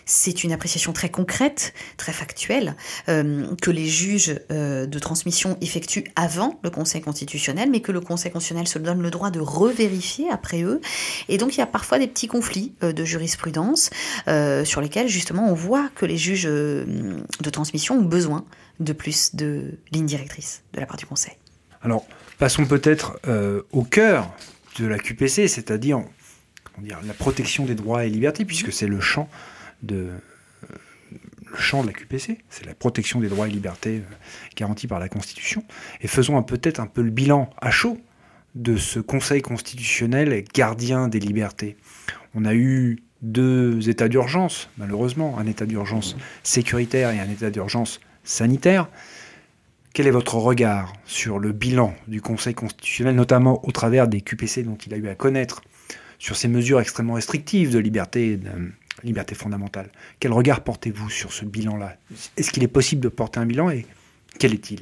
c'est une appréciation très concrète, très factuelle, euh, que les juges euh, de transmission effectuent avant le Conseil constitutionnel, mais que le Conseil constitutionnel se donne le droit de revérifier après eux. Et donc, il y a parfois des petits conflits euh, de jurisprudence euh, sur lesquels, justement, on voit que les juges euh, de transmission ont besoin de plus de lignes directrices de la part du Conseil. Alors, passons peut-être euh, au cœur de la Q P C, c'est-à-dire comment dire, la protection des droits et libertés, puisque c'est le champ de, euh, le champ de la Q P C, c'est la protection des droits et libertés euh, garantis par la Constitution. Et faisons un, peut-être un peu le bilan à chaud de ce Conseil constitutionnel gardien des libertés. On a eu deux états d'urgence, malheureusement, un état d'urgence sécuritaire et un état d'urgence sanitaire. Quel est votre regard sur le bilan du Conseil constitutionnel, notamment au travers des Q P C dont il a eu à connaître, sur ces mesures extrêmement restrictives de liberté, de liberté fondamentale? Quel regard portez-vous sur ce bilan-là? Est-ce qu'il est possible de porter un bilan et quel est-il?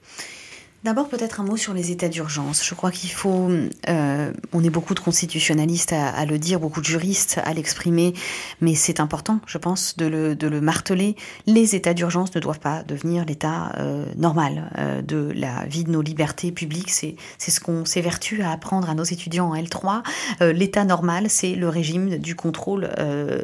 D'abord, peut-être un mot sur les états d'urgence. Je crois qu'il faut... Euh, on est beaucoup de constitutionnalistes à, à le dire, beaucoup de juristes à l'exprimer, mais c'est important, je pense, de le, de le marteler. Les états d'urgence ne doivent pas devenir l'état euh, normal euh, de la vie de nos libertés publiques. C'est, c'est ce qu'on s'évertue à apprendre à nos étudiants en L trois. Euh, l'état normal, c'est le régime du contrôle euh,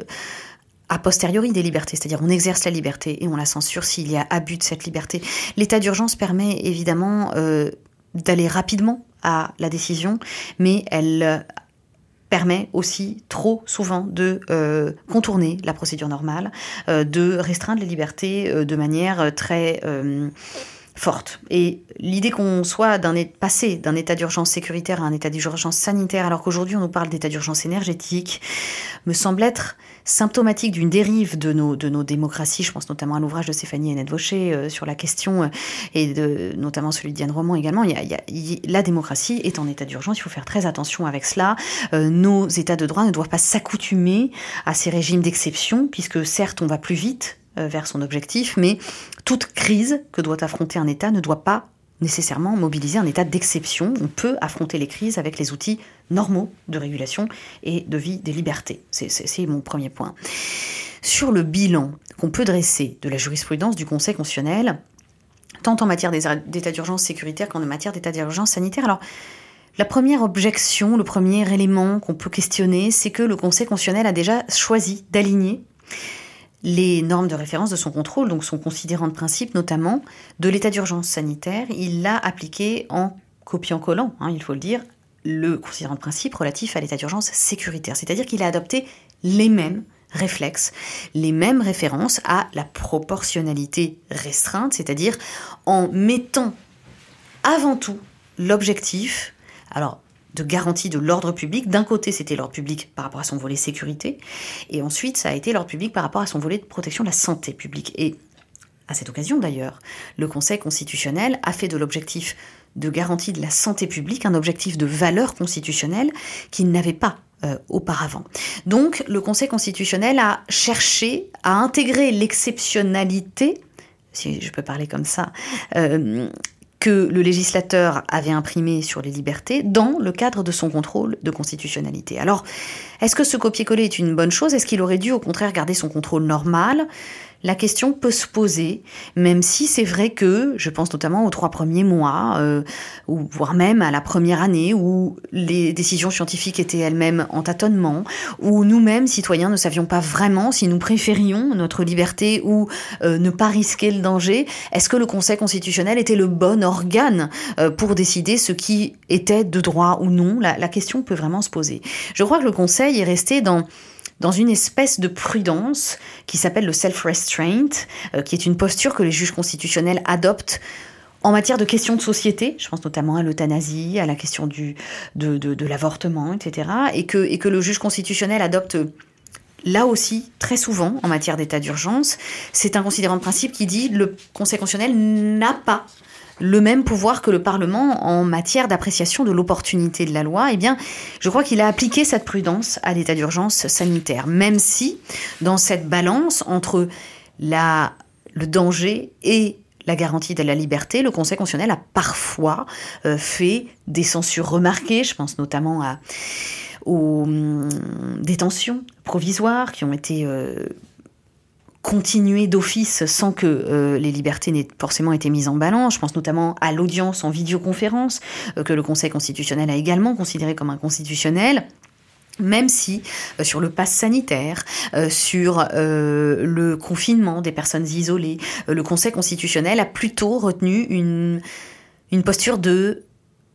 a posteriori des libertés, c'est-à-dire on exerce la liberté et on la censure s'il y a abus de cette liberté. L'état d'urgence permet évidemment euh, d'aller rapidement à la décision, mais elle permet aussi trop souvent de euh, contourner la procédure normale, euh, de restreindre les libertés euh, de manière très euh, forte. Et l'idée qu'on soit d'un, passé d'un état d'urgence sécuritaire à un état d'urgence sanitaire, alors qu'aujourd'hui on nous parle d'état d'urgence énergétique, me semble être symptomatique d'une dérive de nos, de nos démocraties. Je pense notamment à l'ouvrage de Stéphanie Hennette-Vaucher euh, sur la question, euh, et de, notamment celui de Diane Roman également. Il y a, il y a, il, la démocratie est en état d'urgence, il faut faire très attention avec cela. Euh, nos états de droit ne doivent pas s'accoutumer à ces régimes d'exception, puisque certes on va plus vite euh, vers son objectif, mais toute crise que doit affronter un État ne doit pas nécessairement mobiliser un état d'exception. On peut affronter les crises avec les outils normaux de régulation et de vie des libertés. C'est, c'est, c'est mon premier point. Sur le bilan qu'on peut dresser de la jurisprudence du Conseil constitutionnel, tant en matière d'état d'urgence sécuritaire qu'en matière d'état d'urgence sanitaire, alors la première objection, le premier élément qu'on peut questionner, c'est que le Conseil constitutionnel a déjà choisi d'aligner les normes de référence de son contrôle, donc son considérant de principe notamment, de l'état d'urgence sanitaire. Il l'a appliqué en copiant-collant, hein, il faut le dire, le considérant de principe relatif à l'état d'urgence sécuritaire. C'est-à-dire qu'il a adopté les mêmes réflexes, les mêmes références à la proportionnalité restreinte, c'est-à-dire en mettant avant tout l'objectif, alors de garantie de l'ordre public. D'un côté, c'était l'ordre public par rapport à son volet sécurité, et ensuite, ça a été l'ordre public par rapport à son volet de protection de la santé publique. Et à cette occasion, d'ailleurs, le Conseil constitutionnel a fait de l'objectif de garantie de la santé publique un objectif de valeur constitutionnelle qu'il n'avait pas euh, auparavant. Donc, le Conseil constitutionnel a cherché à intégrer l'exceptionnalité, si je peux parler comme ça, euh, que le législateur avait imprimé sur les libertés dans le cadre de son contrôle de constitutionnalité. Alors, est-ce que ce copier-coller est une bonne chose? Est-ce qu'il aurait dû, au contraire, garder son contrôle normal? La question peut se poser, même si c'est vrai que, je pense notamment aux trois premiers mois, euh, ou voire même à la première année, où les décisions scientifiques étaient elles-mêmes en tâtonnement, où nous-mêmes, citoyens, ne savions pas vraiment si nous préférions notre liberté ou euh, ne pas risquer le danger. Est-ce que le Conseil constitutionnel était le bon organe euh, pour décider ce qui était de droit ou non? la, la question peut vraiment se poser. Je crois que le Conseil est resté dans... dans une espèce de prudence qui s'appelle le self-restraint, euh, qui est une posture que les juges constitutionnels adoptent en matière de questions de société. Je pense notamment à l'euthanasie, à la question du, de, de, de l'avortement, et cetera. Et que, et que le juge constitutionnel adopte là aussi très souvent en matière d'état d'urgence. C'est un considérant de principe qui dit que le Conseil constitutionnel n'a pas le même pouvoir que le Parlement en matière d'appréciation de l'opportunité de la loi. Eh bien, je crois qu'il a appliqué cette prudence à l'état d'urgence sanitaire, même si, dans cette balance entre la, le danger et la garantie de la liberté, le Conseil constitutionnel a parfois euh, fait des censures remarquées. Je pense notamment à, aux hum, détentions provisoires qui ont été... Euh, continuer d'office sans que euh, les libertés n'aient forcément été mises en balance. Je pense notamment à l'audience en vidéoconférence, euh, que le Conseil constitutionnel a également considéré comme inconstitutionnel. Même si, euh, sur le pass sanitaire, euh, sur euh, le confinement des personnes isolées, euh, le Conseil constitutionnel a plutôt retenu une, une posture de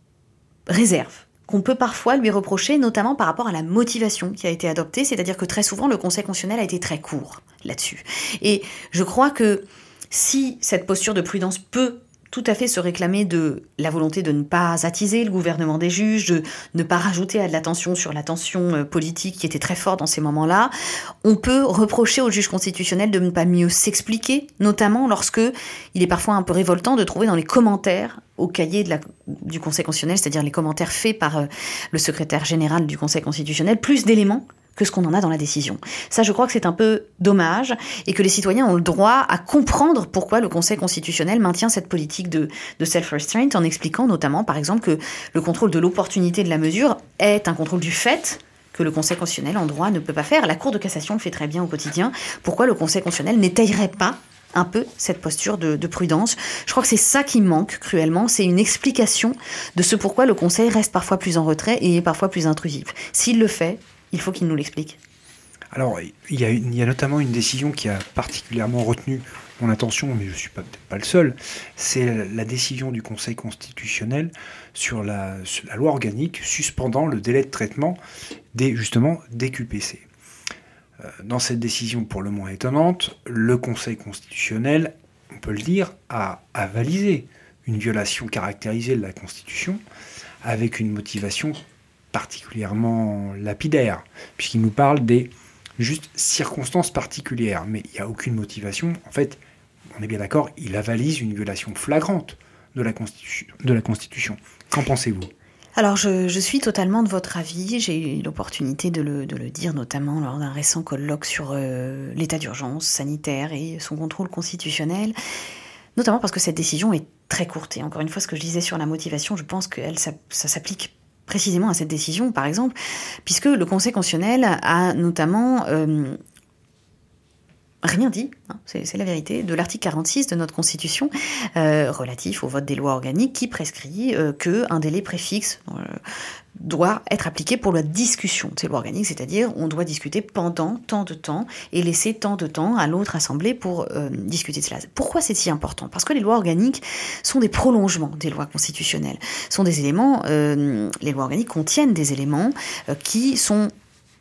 réserve, qu'on peut parfois lui reprocher, notamment par rapport à la motivation qui a été adoptée, c'est-à-dire que très souvent, le Conseil constitutionnel a été très court là-dessus. Et je crois que si cette posture de prudence peut tout à fait se réclamer de la volonté de ne pas attiser le gouvernement des juges, de ne pas rajouter à de la tension sur la tension politique qui était très forte dans ces moments-là. On peut reprocher au juge constitutionnel de ne pas mieux s'expliquer, notamment lorsque il est parfois un peu révoltant de trouver dans les commentaires au cahier de la, du Conseil constitutionnel, c'est-à-dire les commentaires faits par euh, le secrétaire général du Conseil constitutionnel, plus d'éléments que ce qu'on en a dans la décision. Ça, je crois que c'est un peu dommage et que les citoyens ont le droit à comprendre pourquoi le Conseil constitutionnel maintient cette politique de, de self-restraint en expliquant notamment, par exemple, que le contrôle de l'opportunité de la mesure est un contrôle du fait que le Conseil constitutionnel en droit ne peut pas faire. La Cour de cassation le fait très bien au quotidien. Pourquoi le Conseil constitutionnel n'étayerait pas un peu cette posture de, de prudence? Je crois que c'est ça qui manque cruellement, c'est une explication de ce pourquoi le Conseil reste parfois plus en retrait et est parfois plus intrusif. S'il le fait, il faut qu'il nous l'explique. Alors, il y a, il y a notamment une décision qui a particulièrement retenu mon attention, mais je ne suis pas, peut-être pas le seul, c'est la décision du Conseil constitutionnel sur la, sur la loi organique suspendant le délai de traitement des, justement, des Q P C. Dans cette décision pour le moins étonnante, le Conseil constitutionnel, on peut le dire, a avalisé une violation caractérisée de la Constitution avec une motivation particulièrement lapidaire, puisqu'il nous parle des juste circonstances particulières, mais il n'y a aucune motivation. En fait, on est bien d'accord, il avalise une violation flagrante de la Constitution. De la Constitution. Qu'en pensez-vous ? Alors, je, je suis totalement de votre avis. J'ai eu l'opportunité de le, de le dire, notamment lors d'un récent colloque sur euh, l'état d'urgence sanitaire et son contrôle constitutionnel, notamment parce que cette décision est très courte. Et encore une fois, ce que je disais sur la motivation, je pense que elle, ça, ça s'applique précisément à cette décision, par exemple, puisque le Conseil constitutionnel a notamment euh, rien dit, hein, c'est, c'est la vérité, de l'article quarante-six de notre Constitution euh, relatif au vote des lois organiques qui prescrit euh, qu'un délai préfixe euh, doit être appliqué pour la discussion de ces lois organiques, c'est-à-dire on doit discuter pendant tant de temps et laisser tant de temps à l'autre assemblée pour euh, discuter de cela. Pourquoi c'est si important ? Parce que les lois organiques sont des prolongements des lois constitutionnelles, sont des éléments, euh, les lois organiques contiennent des éléments euh, qui sont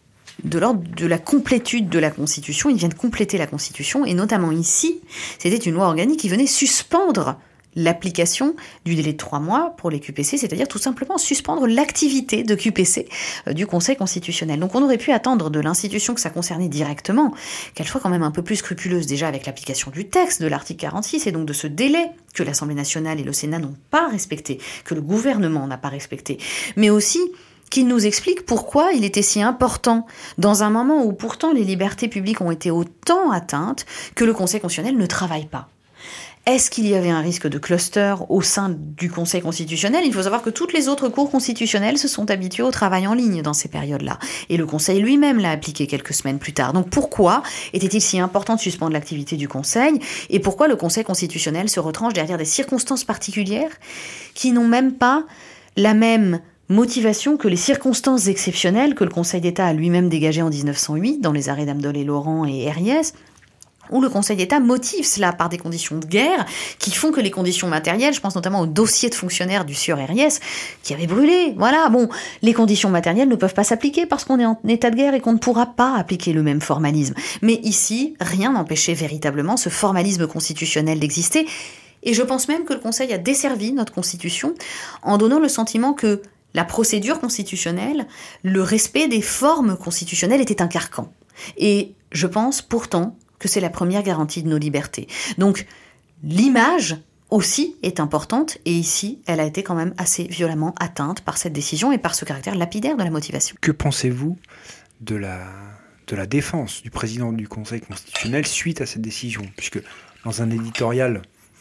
de l'ordre de la complétude de la Constitution, ils viennent compléter la Constitution, et notamment ici, c'était une loi organique qui venait suspendre l'application du délai de trois mois pour les Q P C, c'est-à-dire tout simplement suspendre l'activité de Q P C euh, du Conseil constitutionnel. Donc on aurait pu attendre de l'institution que ça concernait directement qu'elle soit quand même un peu plus scrupuleuse déjà avec l'application du texte de l'article quarante-six et donc de ce délai que l'Assemblée nationale et le Sénat n'ont pas respecté, que le gouvernement n'a pas respecté, mais aussi qu'il nous explique pourquoi il était si important, dans un moment où pourtant les libertés publiques ont été autant atteintes, que le Conseil constitutionnel ne travaille pas. Est-ce qu'il y avait un risque de cluster au sein du Conseil constitutionnel ? Il faut savoir que toutes les autres cours constitutionnelles se sont habituées au travail en ligne dans ces périodes-là. Et le Conseil lui-même l'a appliqué quelques semaines plus tard. Donc pourquoi était-il si important de suspendre l'activité du Conseil ? Et pourquoi le Conseil constitutionnel se retranche derrière des circonstances particulières qui n'ont même pas la même motivation que les circonstances exceptionnelles que le Conseil d'État a lui-même dégagées en dix-neuf cent huit dans les arrêts d'Amdol et Laurent et Herriès, où le Conseil d'État motive cela par des conditions de guerre qui font que les conditions matérielles, je pense notamment au dossier de fonctionnaire du sieur Herriès, qui avait brûlé. Voilà, bon, les conditions matérielles ne peuvent pas s'appliquer parce qu'on est en état de guerre et qu'on ne pourra pas appliquer le même formalisme. Mais ici, rien n'empêchait véritablement ce formalisme constitutionnel d'exister. Et je pense même que le Conseil a desservi notre Constitution en donnant le sentiment que la procédure constitutionnelle, le respect des formes constitutionnelles était un carcan. Et je pense pourtant que c'est la première garantie de nos libertés. Donc, l'image aussi est importante, et ici, elle a été quand même assez violemment atteinte par cette décision et par ce caractère lapidaire de la motivation. Que pensez-vous de la, de la défense du président du Conseil constitutionnel suite à cette décision ? Puisque dans un éditorial,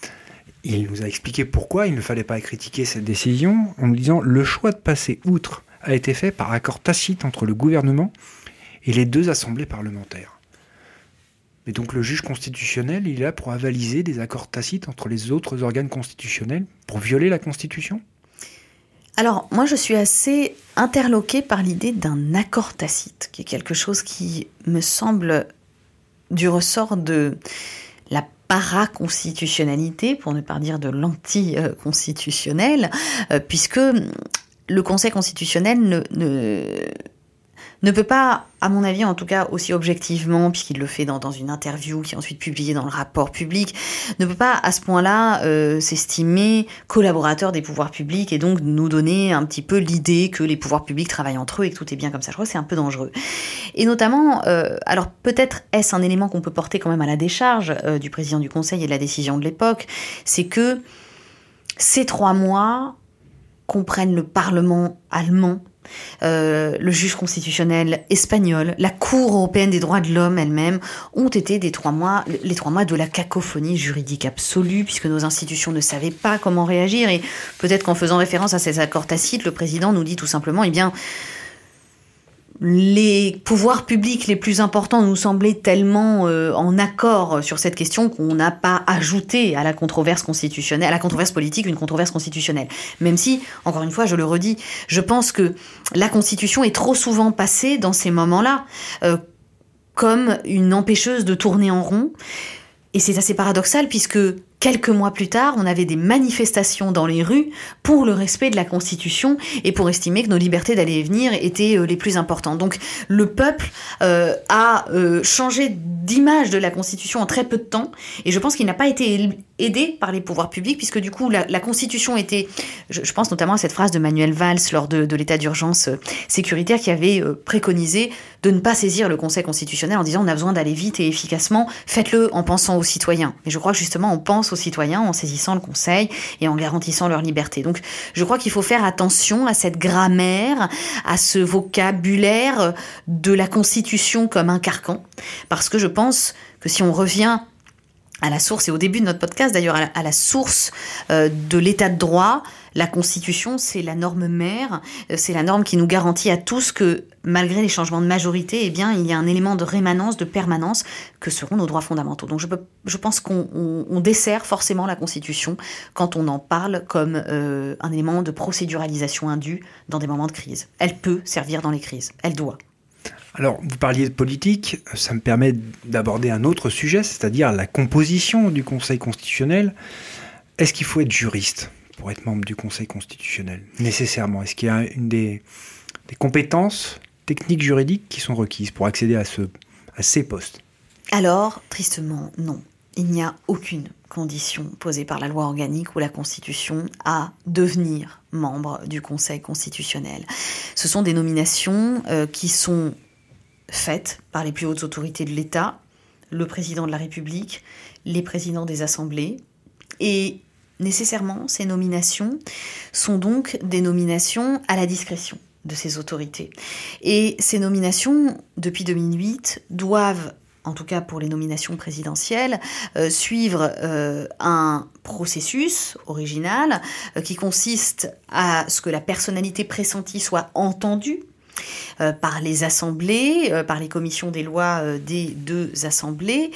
il nous a expliqué pourquoi il ne fallait pas critiquer cette décision, en nous disant « Le choix de passer outre a été fait par accord tacite entre le gouvernement et les deux assemblées parlementaires ». Mais donc le juge constitutionnel, il est là pour avaliser des accords tacites entre les autres organes constitutionnels, pour violer la Constitution ? Alors, moi, je suis assez interloquée par l'idée d'un accord tacite, qui est quelque chose qui me semble du ressort de la paraconstitutionnalité, pour ne pas dire de l'anti-constitutionnel, euh, puisque le Conseil constitutionnel ne... ne ne peut pas, à mon avis en tout cas aussi objectivement, puisqu'il le fait dans, dans une interview qui est ensuite publiée dans le rapport public, ne peut pas à ce point-là euh, s'estimer collaborateur des pouvoirs publics et donc nous donner un petit peu l'idée que les pouvoirs publics travaillent entre eux et que tout est bien comme ça. Je crois que c'est un peu dangereux. Et notamment, euh, alors peut-être est-ce un élément qu'on peut porter quand même à la décharge euh, du président du Conseil et de la décision de l'époque, c'est que ces trois mois comprennent le Parlement allemand, Euh, le juge constitutionnel espagnol, la Cour européenne des droits de l'homme elle-même, ont été des trois mois, les trois mois de la cacophonie juridique absolue, puisque nos institutions ne savaient pas comment réagir. Et peut-être qu'en faisant référence à ces accords tacites, le président nous dit tout simplement, eh bien, les pouvoirs publics les plus importants nous semblaient tellement euh, en accord sur cette question qu'on n'a pas ajouté à la controverse constitutionnelle, à la controverse politique, une controverse constitutionnelle. Même si, encore une fois, je le redis, je pense que la Constitution est trop souvent passée dans ces moments-là euh, comme une empêcheuse de tourner en rond. Et c'est assez paradoxal puisque quelques mois plus tard, on avait des manifestations dans les rues pour le respect de la Constitution et pour estimer que nos libertés d'aller et venir étaient euh, les plus importantes. Donc le peuple euh, a euh, changé d'image de la Constitution en très peu de temps et je pense qu'il n'a pas été aidé par les pouvoirs publics puisque du coup la, la Constitution était, je, je pense notamment à cette phrase de Manuel Valls lors de, de l'état d'urgence euh, sécuritaire qui avait euh, préconisé de ne pas saisir le Conseil constitutionnel en disant on a besoin d'aller vite et efficacement, faites-le en pensant aux citoyens. Et je crois que justement on pense aux citoyens en saisissant le Conseil et en garantissant leur liberté. Donc je crois qu'il faut faire attention à cette grammaire, à ce vocabulaire de la Constitution comme un carcan, parce que je pense que si on revient à la source, et au début de notre podcast d'ailleurs, à la, à la source euh, de l'état de droit, la Constitution, c'est la norme mère, euh, c'est la norme qui nous garantit à tous que malgré les changements de majorité, eh bien, il y a un élément de rémanence, de permanence, que seront nos droits fondamentaux. Donc je, peux, je pense qu'on on, on dessert forcément la Constitution quand on en parle comme euh, un élément de procéduralisation indue dans des moments de crise. Elle peut servir dans les crises, elle doit. Alors, vous parliez de politique, ça me permet d'aborder un autre sujet, c'est-à-dire la composition du Conseil constitutionnel. Est-ce qu'il faut être juriste pour être membre du Conseil constitutionnel, nécessairement? Est-ce qu'il y a une des, des compétences techniques juridiques qui sont requises pour accéder à, ce, à ces postes? Alors, tristement, non. Il n'y a aucune condition posée par la loi organique ou la Constitution à devenir membre du Conseil constitutionnel. Ce sont des nominations euh, qui sont faites par les plus hautes autorités de l'État, le président de la République, les présidents des assemblées. Et nécessairement, ces nominations sont donc des nominations à la discrétion de ces autorités. Et ces nominations, depuis deux mille huit, doivent, en tout cas pour les nominations présidentielles, euh, suivre euh, un processus original euh, qui consiste à ce que la personnalité pressentie soit entendue Euh, par les assemblées, euh, par les commissions des lois euh, des deux assemblées.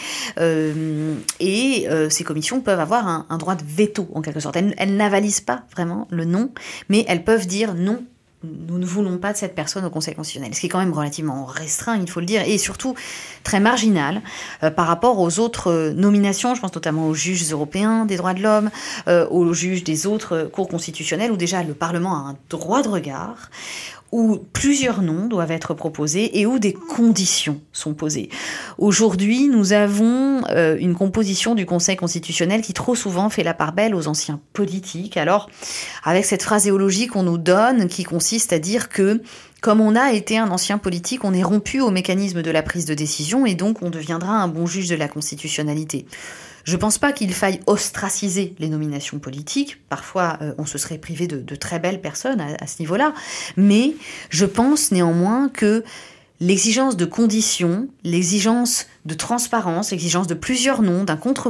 Euh, et euh, ces commissions peuvent avoir un, un droit de veto, en quelque sorte. Elles, elles n'avalisent pas vraiment le non, mais elles peuvent dire non, nous ne voulons pas de cette personne au Conseil constitutionnel. Ce qui est quand même relativement restreint, il faut le dire, et surtout très marginal euh, par rapport aux autres euh, nominations. Je pense notamment aux juges européens des droits de l'homme, euh, aux juges des autres euh, cours constitutionnelles, où déjà le Parlement a un droit de regard, où plusieurs noms doivent être proposés et où des conditions sont posées. Aujourd'hui, nous avons euh, une composition du Conseil constitutionnel qui trop souvent fait la part belle aux anciens politiques. Alors, avec cette phraséologie qu'on nous donne, qui consiste à dire que, comme on a été un ancien politique, on est rompu au mécanisme de la prise de décision et donc on deviendra un bon juge de la constitutionnalité. Je ne pense pas qu'il faille ostraciser les nominations politiques. Parfois, euh, on se serait privé de, de très belles personnes à, à ce niveau-là. Mais je pense néanmoins que l'exigence de conditions, l'exigence de transparence, l'exigence de plusieurs noms, d'un contre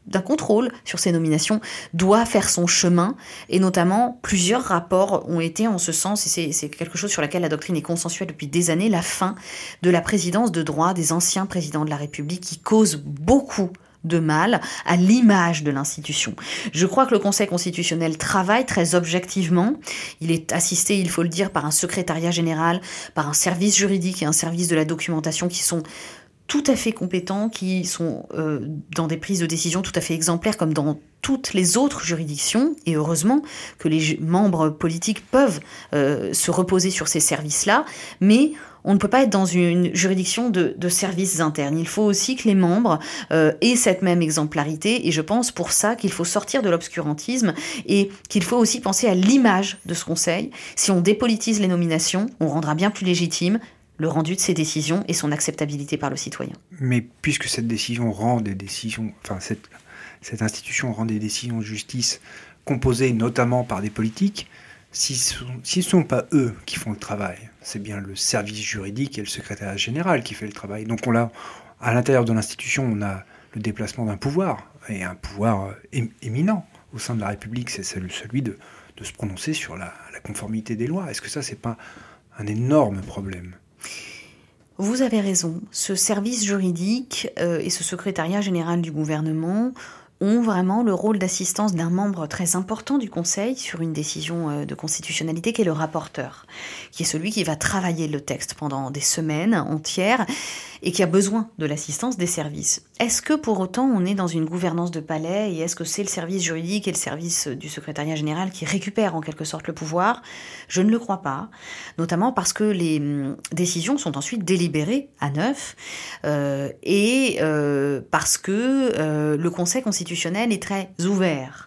d'un contrôle sur ces nominations doit faire son chemin, et notamment plusieurs rapports ont été en ce sens, et c'est, c'est quelque chose sur laquelle la doctrine est consensuelle depuis des années, la fin de la présidence de droit des anciens présidents de la République qui cause beaucoup de mal à l'image de l'institution. Je crois que le Conseil constitutionnel travaille très objectivement. Il est assisté, il faut le dire, par un secrétariat général, par un service juridique et un service de la documentation qui sont tout à fait compétents, qui sont euh, dans des prises de décision tout à fait exemplaires comme dans toutes les autres juridictions, et heureusement que les ju- membres politiques peuvent euh, se reposer sur ces services-là, mais on ne peut pas être dans une juridiction de, de services internes. Il faut aussi que les membres euh, aient cette même exemplarité, et je pense pour ça qu'il faut sortir de l'obscurantisme et qu'il faut aussi penser à l'image de ce Conseil. Si on dépolitise les nominations, on rendra bien plus légitime le rendu de ces décisions et son acceptabilité par le citoyen. Mais puisque cette décision rend des décisions, enfin cette, cette institution rend des décisions de justice composées notamment par des politiques, si ce ne sont pas eux qui font le travail, c'est bien le service juridique et le secrétariat général qui fait le travail. Donc on a, à l'intérieur de l'institution, on a le déplacement d'un pouvoir, et un pouvoir é- éminent au sein de la République, c'est celui de, de se prononcer sur la, la conformité des lois. Est-ce que ça, c'est pas un énorme problème ? Vous avez raison. Ce service juridique euh, et ce secrétariat général du gouvernement ont vraiment le rôle d'assistance d'un membre très important du Conseil sur une décision euh, de constitutionnalité qui est le rapporteur, qui est celui qui va travailler le texte pendant des semaines entières et qui a besoin de l'assistance des services. Est-ce que pour autant on est dans une gouvernance de palais et est-ce que c'est le service juridique et le service du secrétariat général qui récupèrent en quelque sorte le pouvoir ? Je ne le crois pas, notamment parce que les hum, décisions sont ensuite délibérées à neuf euh, et euh, parce que euh, le Conseil constitutionnel est très ouvert,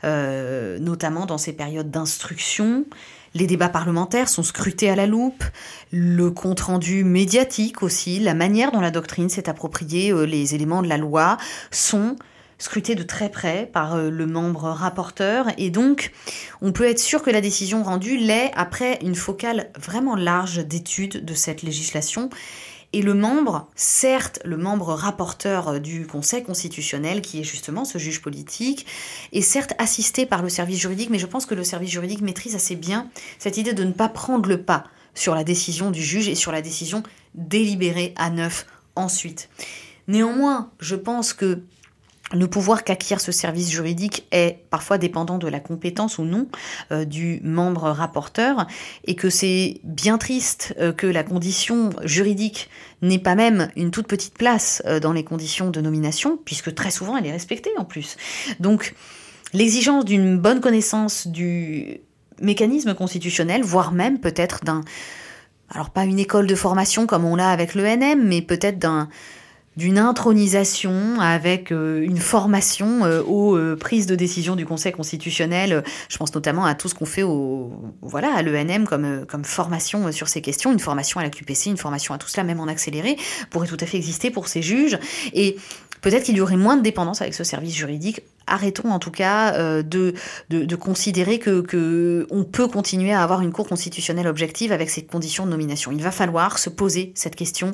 euh, notamment dans ces périodes d'instruction. Les débats parlementaires sont scrutés à la loupe, le compte-rendu médiatique aussi, la manière dont la doctrine s'est appropriée euh, les éléments de la loi sont scrutés de très près par euh, le membre rapporteur, et donc on peut être sûr que la décision rendue l'est après une focale vraiment large d'étude de cette législation. Et le membre, certes, le membre rapporteur du Conseil constitutionnel, qui est justement ce juge politique, est certes assisté par le service juridique, mais je pense que le service juridique maîtrise assez bien cette idée de ne pas prendre le pas sur la décision du juge et sur la décision délibérée à neuf ensuite. Néanmoins, je pense que le pouvoir qu'acquiert ce service juridique est parfois dépendant de la compétence ou non euh, du membre rapporteur, et que c'est bien triste euh, que la condition juridique n'ait pas même une toute petite place euh, dans les conditions de nomination, puisque très souvent elle est respectée en plus. Donc l'exigence d'une bonne connaissance du mécanisme constitutionnel, voire même peut-être d'un, alors pas une école de formation comme on l'a avec l'E N M, mais peut-être d'un d'une intronisation avec euh, une formation euh, aux euh, prises de décision du Conseil constitutionnel. Je pense notamment à tout ce qu'on fait au, voilà, à l'E N M comme, euh, comme formation euh, sur ces questions, une formation à la Q P C, une formation à tout cela, même en accéléré, pourrait tout à fait exister pour ces juges. Et peut-être qu'il y aurait moins de dépendance avec ce service juridique. Arrêtons en tout cas euh, de, de, de considérer que, que on peut continuer à avoir une Cour constitutionnelle objective avec ces conditions de nomination. Il va falloir se poser cette question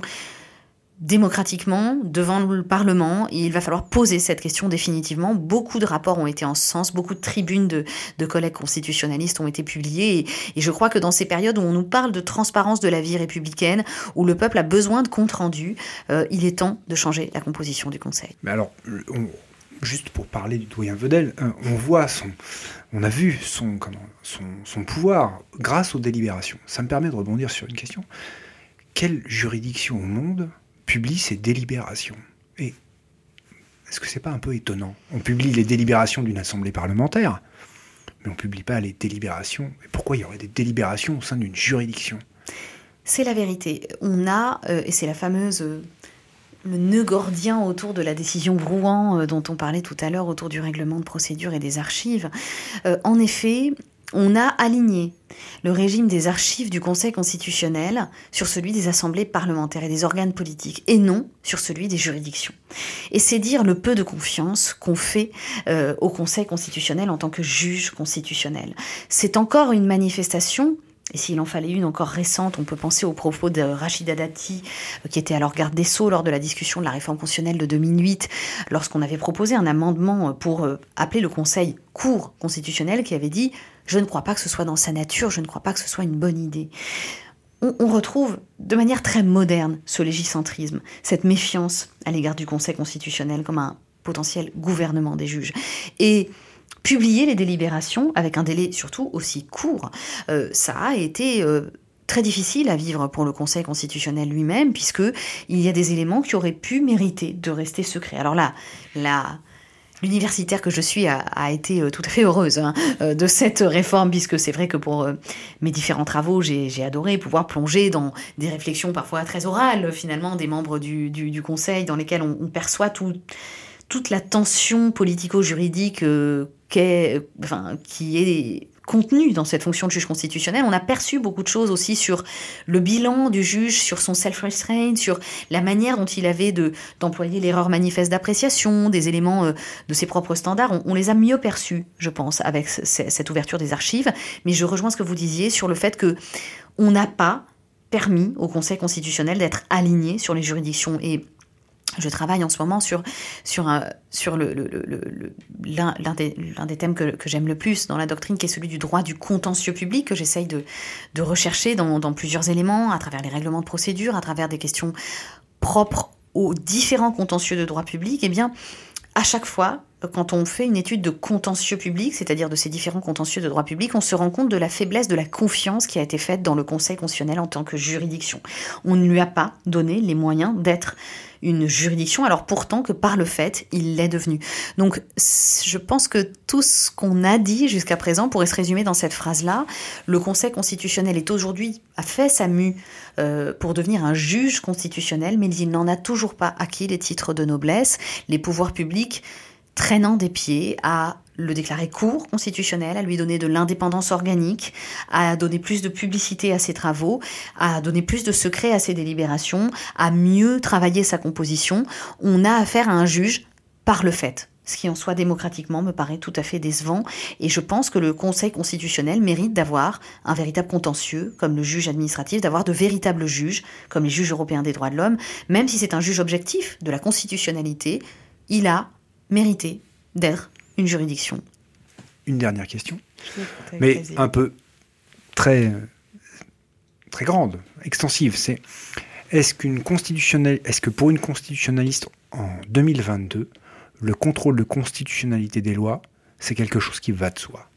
démocratiquement devant le Parlement, et il va falloir poser cette question définitivement. Beaucoup de rapports ont été en ce sens, beaucoup de tribunes de, de collègues constitutionnalistes ont été publiées, et, et je crois que dans ces périodes où on nous parle de transparence de la vie républicaine, où le peuple a besoin de compte rendu, euh, il est temps de changer la composition du Conseil. Mais alors, on, juste pour parler du doyen Vedel, on voit son, on a vu son, comment, son, son pouvoir grâce aux délibérations. Ça me permet de rebondir sur une question. Quelle juridiction au monde publie ses délibérations? Et est-ce que c'est pas un peu étonnant? On publie les délibérations d'une assemblée parlementaire, mais on ne publie pas les délibérations. Et pourquoi il y aurait des délibérations au sein d'une juridiction? C'est la vérité. On a, euh, et c'est la fameuse, euh, le nœud gordien autour de la décision Brouhan euh, dont on parlait tout à l'heure, autour du règlement de procédure et des archives. Euh, en effet, on a aligné le régime des archives du Conseil constitutionnel sur celui des assemblées parlementaires et des organes politiques, et non sur celui des juridictions. Et c'est dire le peu de confiance qu'on fait euh, au Conseil constitutionnel en tant que juge constitutionnel. C'est encore une manifestation Et s'il en fallait une encore récente, on peut penser aux propos de Rachida Dati, qui était alors garde des Sceaux lors de la discussion de la réforme constitutionnelle de deux mille huit, lorsqu'on avait proposé un amendement pour appeler le Conseil cour constitutionnel, qui avait dit « Je ne crois pas que ce soit dans sa nature, je ne crois pas que ce soit une bonne idée ». On, on retrouve de manière très moderne ce légicentrisme, cette méfiance à l'égard du Conseil constitutionnel comme un potentiel gouvernement des juges. Et publier les délibérations avec un délai surtout aussi court, euh, ça a été euh, très difficile à vivre pour le Conseil constitutionnel lui-même, puisqu'il y a des éléments qui auraient pu mériter de rester secrets. Alors là, la... L'universitaire que je suis a, a été euh, tout à fait heureuse hein, euh, de cette réforme, puisque c'est vrai que pour euh, mes différents travaux, j'ai, j'ai adoré pouvoir plonger dans des réflexions parfois très orales, finalement, des membres du, du, du Conseil, dans lesquelles on, on perçoit tout, toute la tension politico-juridique euh, qu'est, enfin, qui est contenue dans cette fonction de juge constitutionnel. On a perçu beaucoup de choses aussi sur le bilan du juge, sur son self-restraint, sur la manière dont il avait de, d'employer l'erreur manifeste d'appréciation, des éléments euh, de ses propres standards. On, on les a mieux perçus, je pense, avec c- cette ouverture des archives. Mais je rejoins ce que vous disiez sur le fait que on n'a pas permis au Conseil constitutionnel d'être aligné sur les juridictions. Et je travaille en ce moment sur, sur, un, sur le, le, le, le, l'un, l'un, des, l'un des thèmes que, que j'aime le plus dans la doctrine, qui est celui du droit du contentieux public, que j'essaye de, de rechercher dans, dans plusieurs éléments, à travers les règlements de procédure, à travers des questions propres aux différents contentieux de droit public. Eh bien, à chaque fois, quand on fait une étude de contentieux public, c'est-à-dire de ces différents contentieux de droit public, on se rend compte de la faiblesse de la confiance qui a été faite dans le Conseil constitutionnel en tant que juridiction. On ne lui a pas donné les moyens d'être une juridiction, alors pourtant que par le fait, il l'est devenu. Donc, je pense que tout ce qu'on a dit jusqu'à présent pourrait se résumer dans cette phrase-là. Le Conseil constitutionnel est aujourd'hui, a fait sa mue euh, pour devenir un juge constitutionnel, mais il n'en a toujours pas acquis les titres de noblesse. Les pouvoirs publics traînant des pieds à le déclarer cour constitutionnel, à lui donner de l'indépendance organique, à donner plus de publicité à ses travaux, à donner plus de secrets à ses délibérations, à mieux travailler sa composition. On a affaire à un juge par le fait, ce qui en soi démocratiquement me paraît tout à fait décevant. Et je pense que le Conseil constitutionnel mérite d'avoir un véritable contentieux, comme le juge administratif, d'avoir de véritables juges, comme les juges européens des droits de l'homme. Même si c'est un juge objectif de la constitutionnalité, il a mérité d'être une juridiction. Une dernière question, mais plaisir. Un peu très, très grande, extensive. C'est est-ce qu'une constitutionnelle, est-ce que pour une constitutionnaliste en deux mille vingt-deux, le contrôle de constitutionnalité des lois, c'est quelque chose qui va de soi?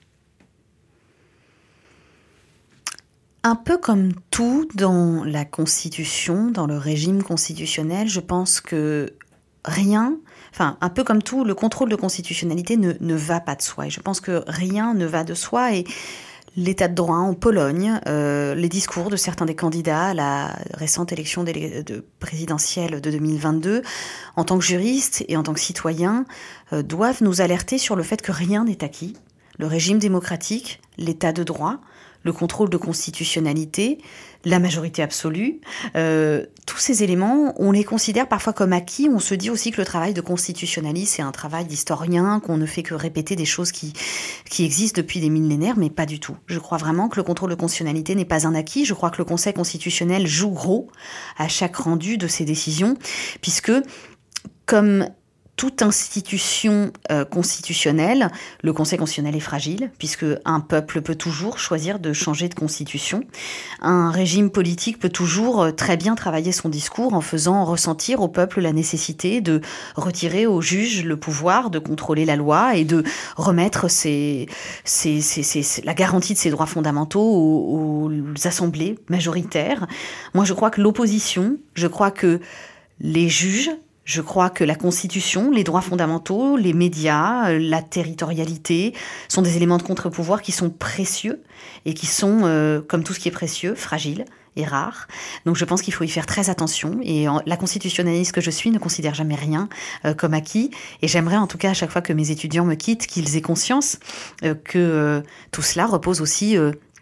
Un peu comme tout dans la Constitution, dans le régime constitutionnel, je pense que rien, enfin un peu comme tout, le contrôle de constitutionnalité ne, ne va pas de soi. Et je pense que rien ne va de soi. Et l'état de droit en Pologne, euh, les discours de certains des candidats à la récente élection de, de présidentielle de deux mille vingt-deux, en tant que juristes et en tant que citoyens, euh, doivent nous alerter sur le fait que rien n'est acquis. Le régime démocratique, l'état de droit, le contrôle de constitutionnalité, la majorité absolue, euh, tous ces éléments, on les considère parfois comme acquis. On se dit aussi que le travail de constitutionnaliste, c'est un travail d'historien, qu'on ne fait que répéter des choses qui, qui existent depuis des millénaires, mais pas du tout. Je crois vraiment que le contrôle de constitutionnalité n'est pas un acquis. Je crois que le Conseil constitutionnel joue gros à chaque rendu de ses décisions, puisque, comme toute institution euh, constitutionnelle, le Conseil constitutionnel est fragile, puisque un peuple peut toujours choisir de changer de constitution. Un régime politique peut toujours euh, très bien travailler son discours en faisant ressentir au peuple la nécessité de retirer aux juges le pouvoir de contrôler la loi et de remettre ses, ses, ses, ses, la garantie de ses droits fondamentaux aux, aux assemblées majoritaires. Moi, je crois que l'opposition, je crois que les juges, je crois que la Constitution, les droits fondamentaux, les médias, la territorialité sont des éléments de contre-pouvoir qui sont précieux et qui sont, euh, comme tout ce qui est précieux, fragiles et rares. Donc je pense qu'il faut y faire très attention. Et en, la constitutionnaliste que je suis ne considère jamais rien euh, comme acquis. Et j'aimerais en tout cas à chaque fois que mes étudiants me quittent, qu'ils aient conscience euh, que euh, tout cela repose aussi... Euh,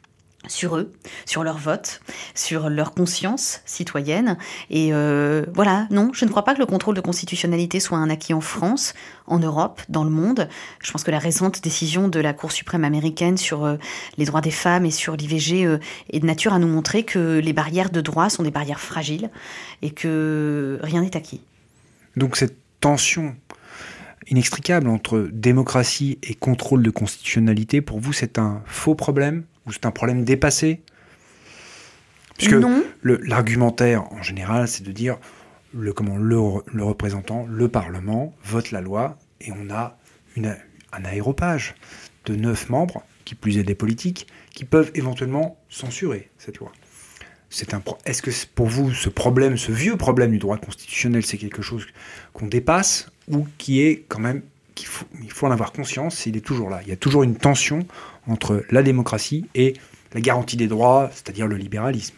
sur eux, sur leur vote, sur leur conscience citoyenne. Et euh, voilà, non, je ne crois pas que le contrôle de constitutionnalité soit un acquis en France, en Europe, dans le monde. Je pense que la récente décision de la Cour suprême américaine sur euh, les droits des femmes et sur l'I V G euh, est de nature à nous montrer que les barrières de droit sont des barrières fragiles et que rien n'est acquis. Donc cette tension inextricable entre démocratie et contrôle de constitutionnalité, pour vous, c'est un faux problème ou c'est un problème dépassé ? Puisque non. Le, l'argumentaire, en général, c'est de dire le, comment, le, le représentant, le Parlement, vote la loi et on a une, un aéropage de neuf membres, qui plus est des politiques, qui peuvent éventuellement censurer cette loi. C'est un pro- Est-ce que pour vous, ce problème, ce vieux problème du droit constitutionnel, c'est quelque chose qu'on dépasse ou qui est quand même, qu'il faut, il faut en avoir conscience, il est toujours là. Il y a toujours une tension entre la démocratie et la garantie des droits, c'est-à-dire le libéralisme.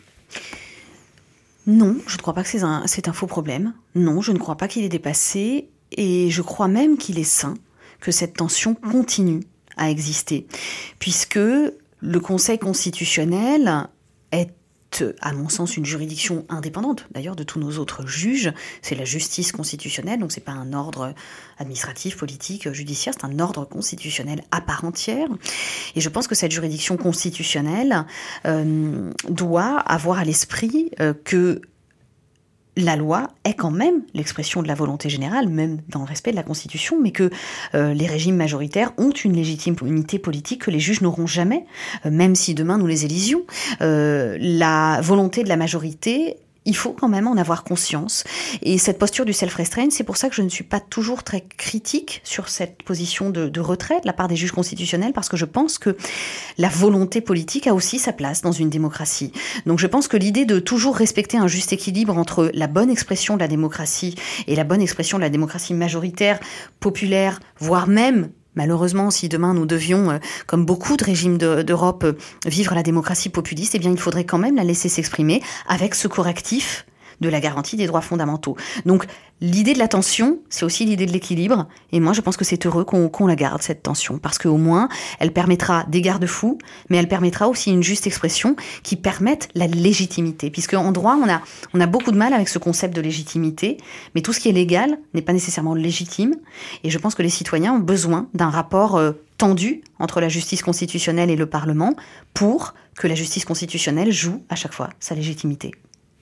Non, je ne crois pas que c'est un, c'est un faux problème. Non, je ne crois pas qu'il est dépassé. Et je crois même qu'il est sain que cette tension continue à exister. Puisque le Conseil constitutionnel est, à mon sens, une juridiction indépendante, d'ailleurs, de tous nos autres juges. C'est la justice constitutionnelle, donc c'est pas un ordre administratif, politique, judiciaire, c'est un ordre constitutionnel à part entière. Et je pense que cette juridiction constitutionnelle euh, doit avoir à l'esprit euh, que la loi est quand même l'expression de la volonté générale, même dans le respect de la Constitution, mais que euh, les régimes majoritaires ont une légitimité politique que les juges n'auront jamais, euh, même si demain nous les élisions. Euh, la volonté de la majorité, il faut quand même en avoir conscience. Et cette posture du self-restraint, c'est pour ça que je ne suis pas toujours très critique sur cette position de, de retrait de la part des juges constitutionnels, parce que je pense que la volonté politique a aussi sa place dans une démocratie. Donc je pense que l'idée de toujours respecter un juste équilibre entre la bonne expression de la démocratie et la bonne expression de la démocratie majoritaire, populaire, voire même malheureusement, si demain nous devions, euh, comme beaucoup de régimes de, d'Europe, euh, vivre la démocratie populiste, eh bien, il faudrait quand même la laisser s'exprimer avec ce correctif de la garantie des droits fondamentaux. Donc, l'idée de la tension, c'est aussi l'idée de l'équilibre. Et moi, je pense que c'est heureux qu'on, qu'on la garde, cette tension, parce qu'au moins, elle permettra des garde-fous, mais elle permettra aussi une juste expression qui permette la légitimité. Puisque en droit, on a, on a beaucoup de mal avec ce concept de légitimité, mais tout ce qui est légal n'est pas nécessairement légitime. Et je pense que les citoyens ont besoin d'un rapport euh, tendu entre la justice constitutionnelle et le Parlement pour que la justice constitutionnelle joue à chaque fois sa légitimité.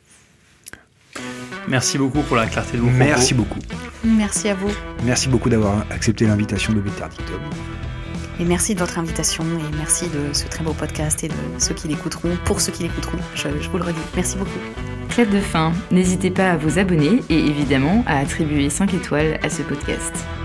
Merci beaucoup pour la clarté de vos propos. Merci beaucoup. Merci à vous. Merci beaucoup d'avoir accepté l'invitation d'Obiter Dictum. Et merci de votre invitation et merci de ce très beau podcast et de ceux qui l'écouteront, pour ceux qui l'écouteront, je, je vous le redis. Merci beaucoup. Clap de fin, n'hésitez pas à vous abonner et évidemment à attribuer cinq étoiles à ce podcast.